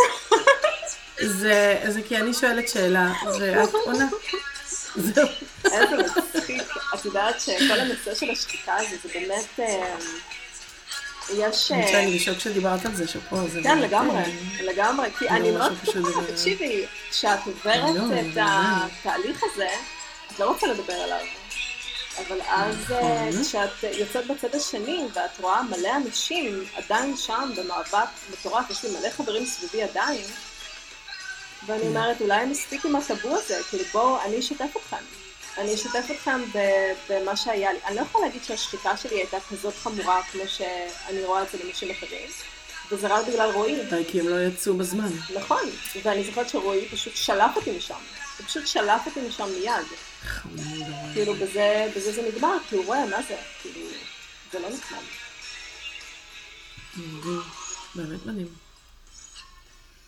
זה, זה כי אני שואלת שאלה, ואת עונה. זהו. איזה מצחיק. את יודעת שכל הנושא של השחיקה הזה, זה באמת, יש... אני חושבת, אני בשוק שדיברת על זה, שפה זה... כן, לגמרי, לגמרי, כי אני מאוד פתוחה, תקשיבי, כשאת עוברת את התהליך הזה, את לא רוצה לדבר עליו. אבל אז כשאת יוצאת בצד השני, ואת רואה מלא אנשים עדיין שם במאבק מטורף, יש לי מלא חברים סביבי עדיין, ואני אומרת, אולי מספיק עם הטאבו הזה, כאילו בואו, אני אשתף אתכם. אני אשתף אתכם במה שהיה לי. אני לא יכולה להגיד שהשחיקה שלי הייתה כזאת חמורה, כמו שאני רואה את זה לנשים אחרים, וזה רק בגלל רועי. כי הם לא יצאו בזמן. נכון, ואני זוכרת שרועי פשוט שלף אותי משם. הוא פשוט שלף אותי משם מיד. כאילו, בזה, בזה זה נגמר, כי הוא רואה, מה זה? כאילו, זה לא נחמד. באמת מדהים.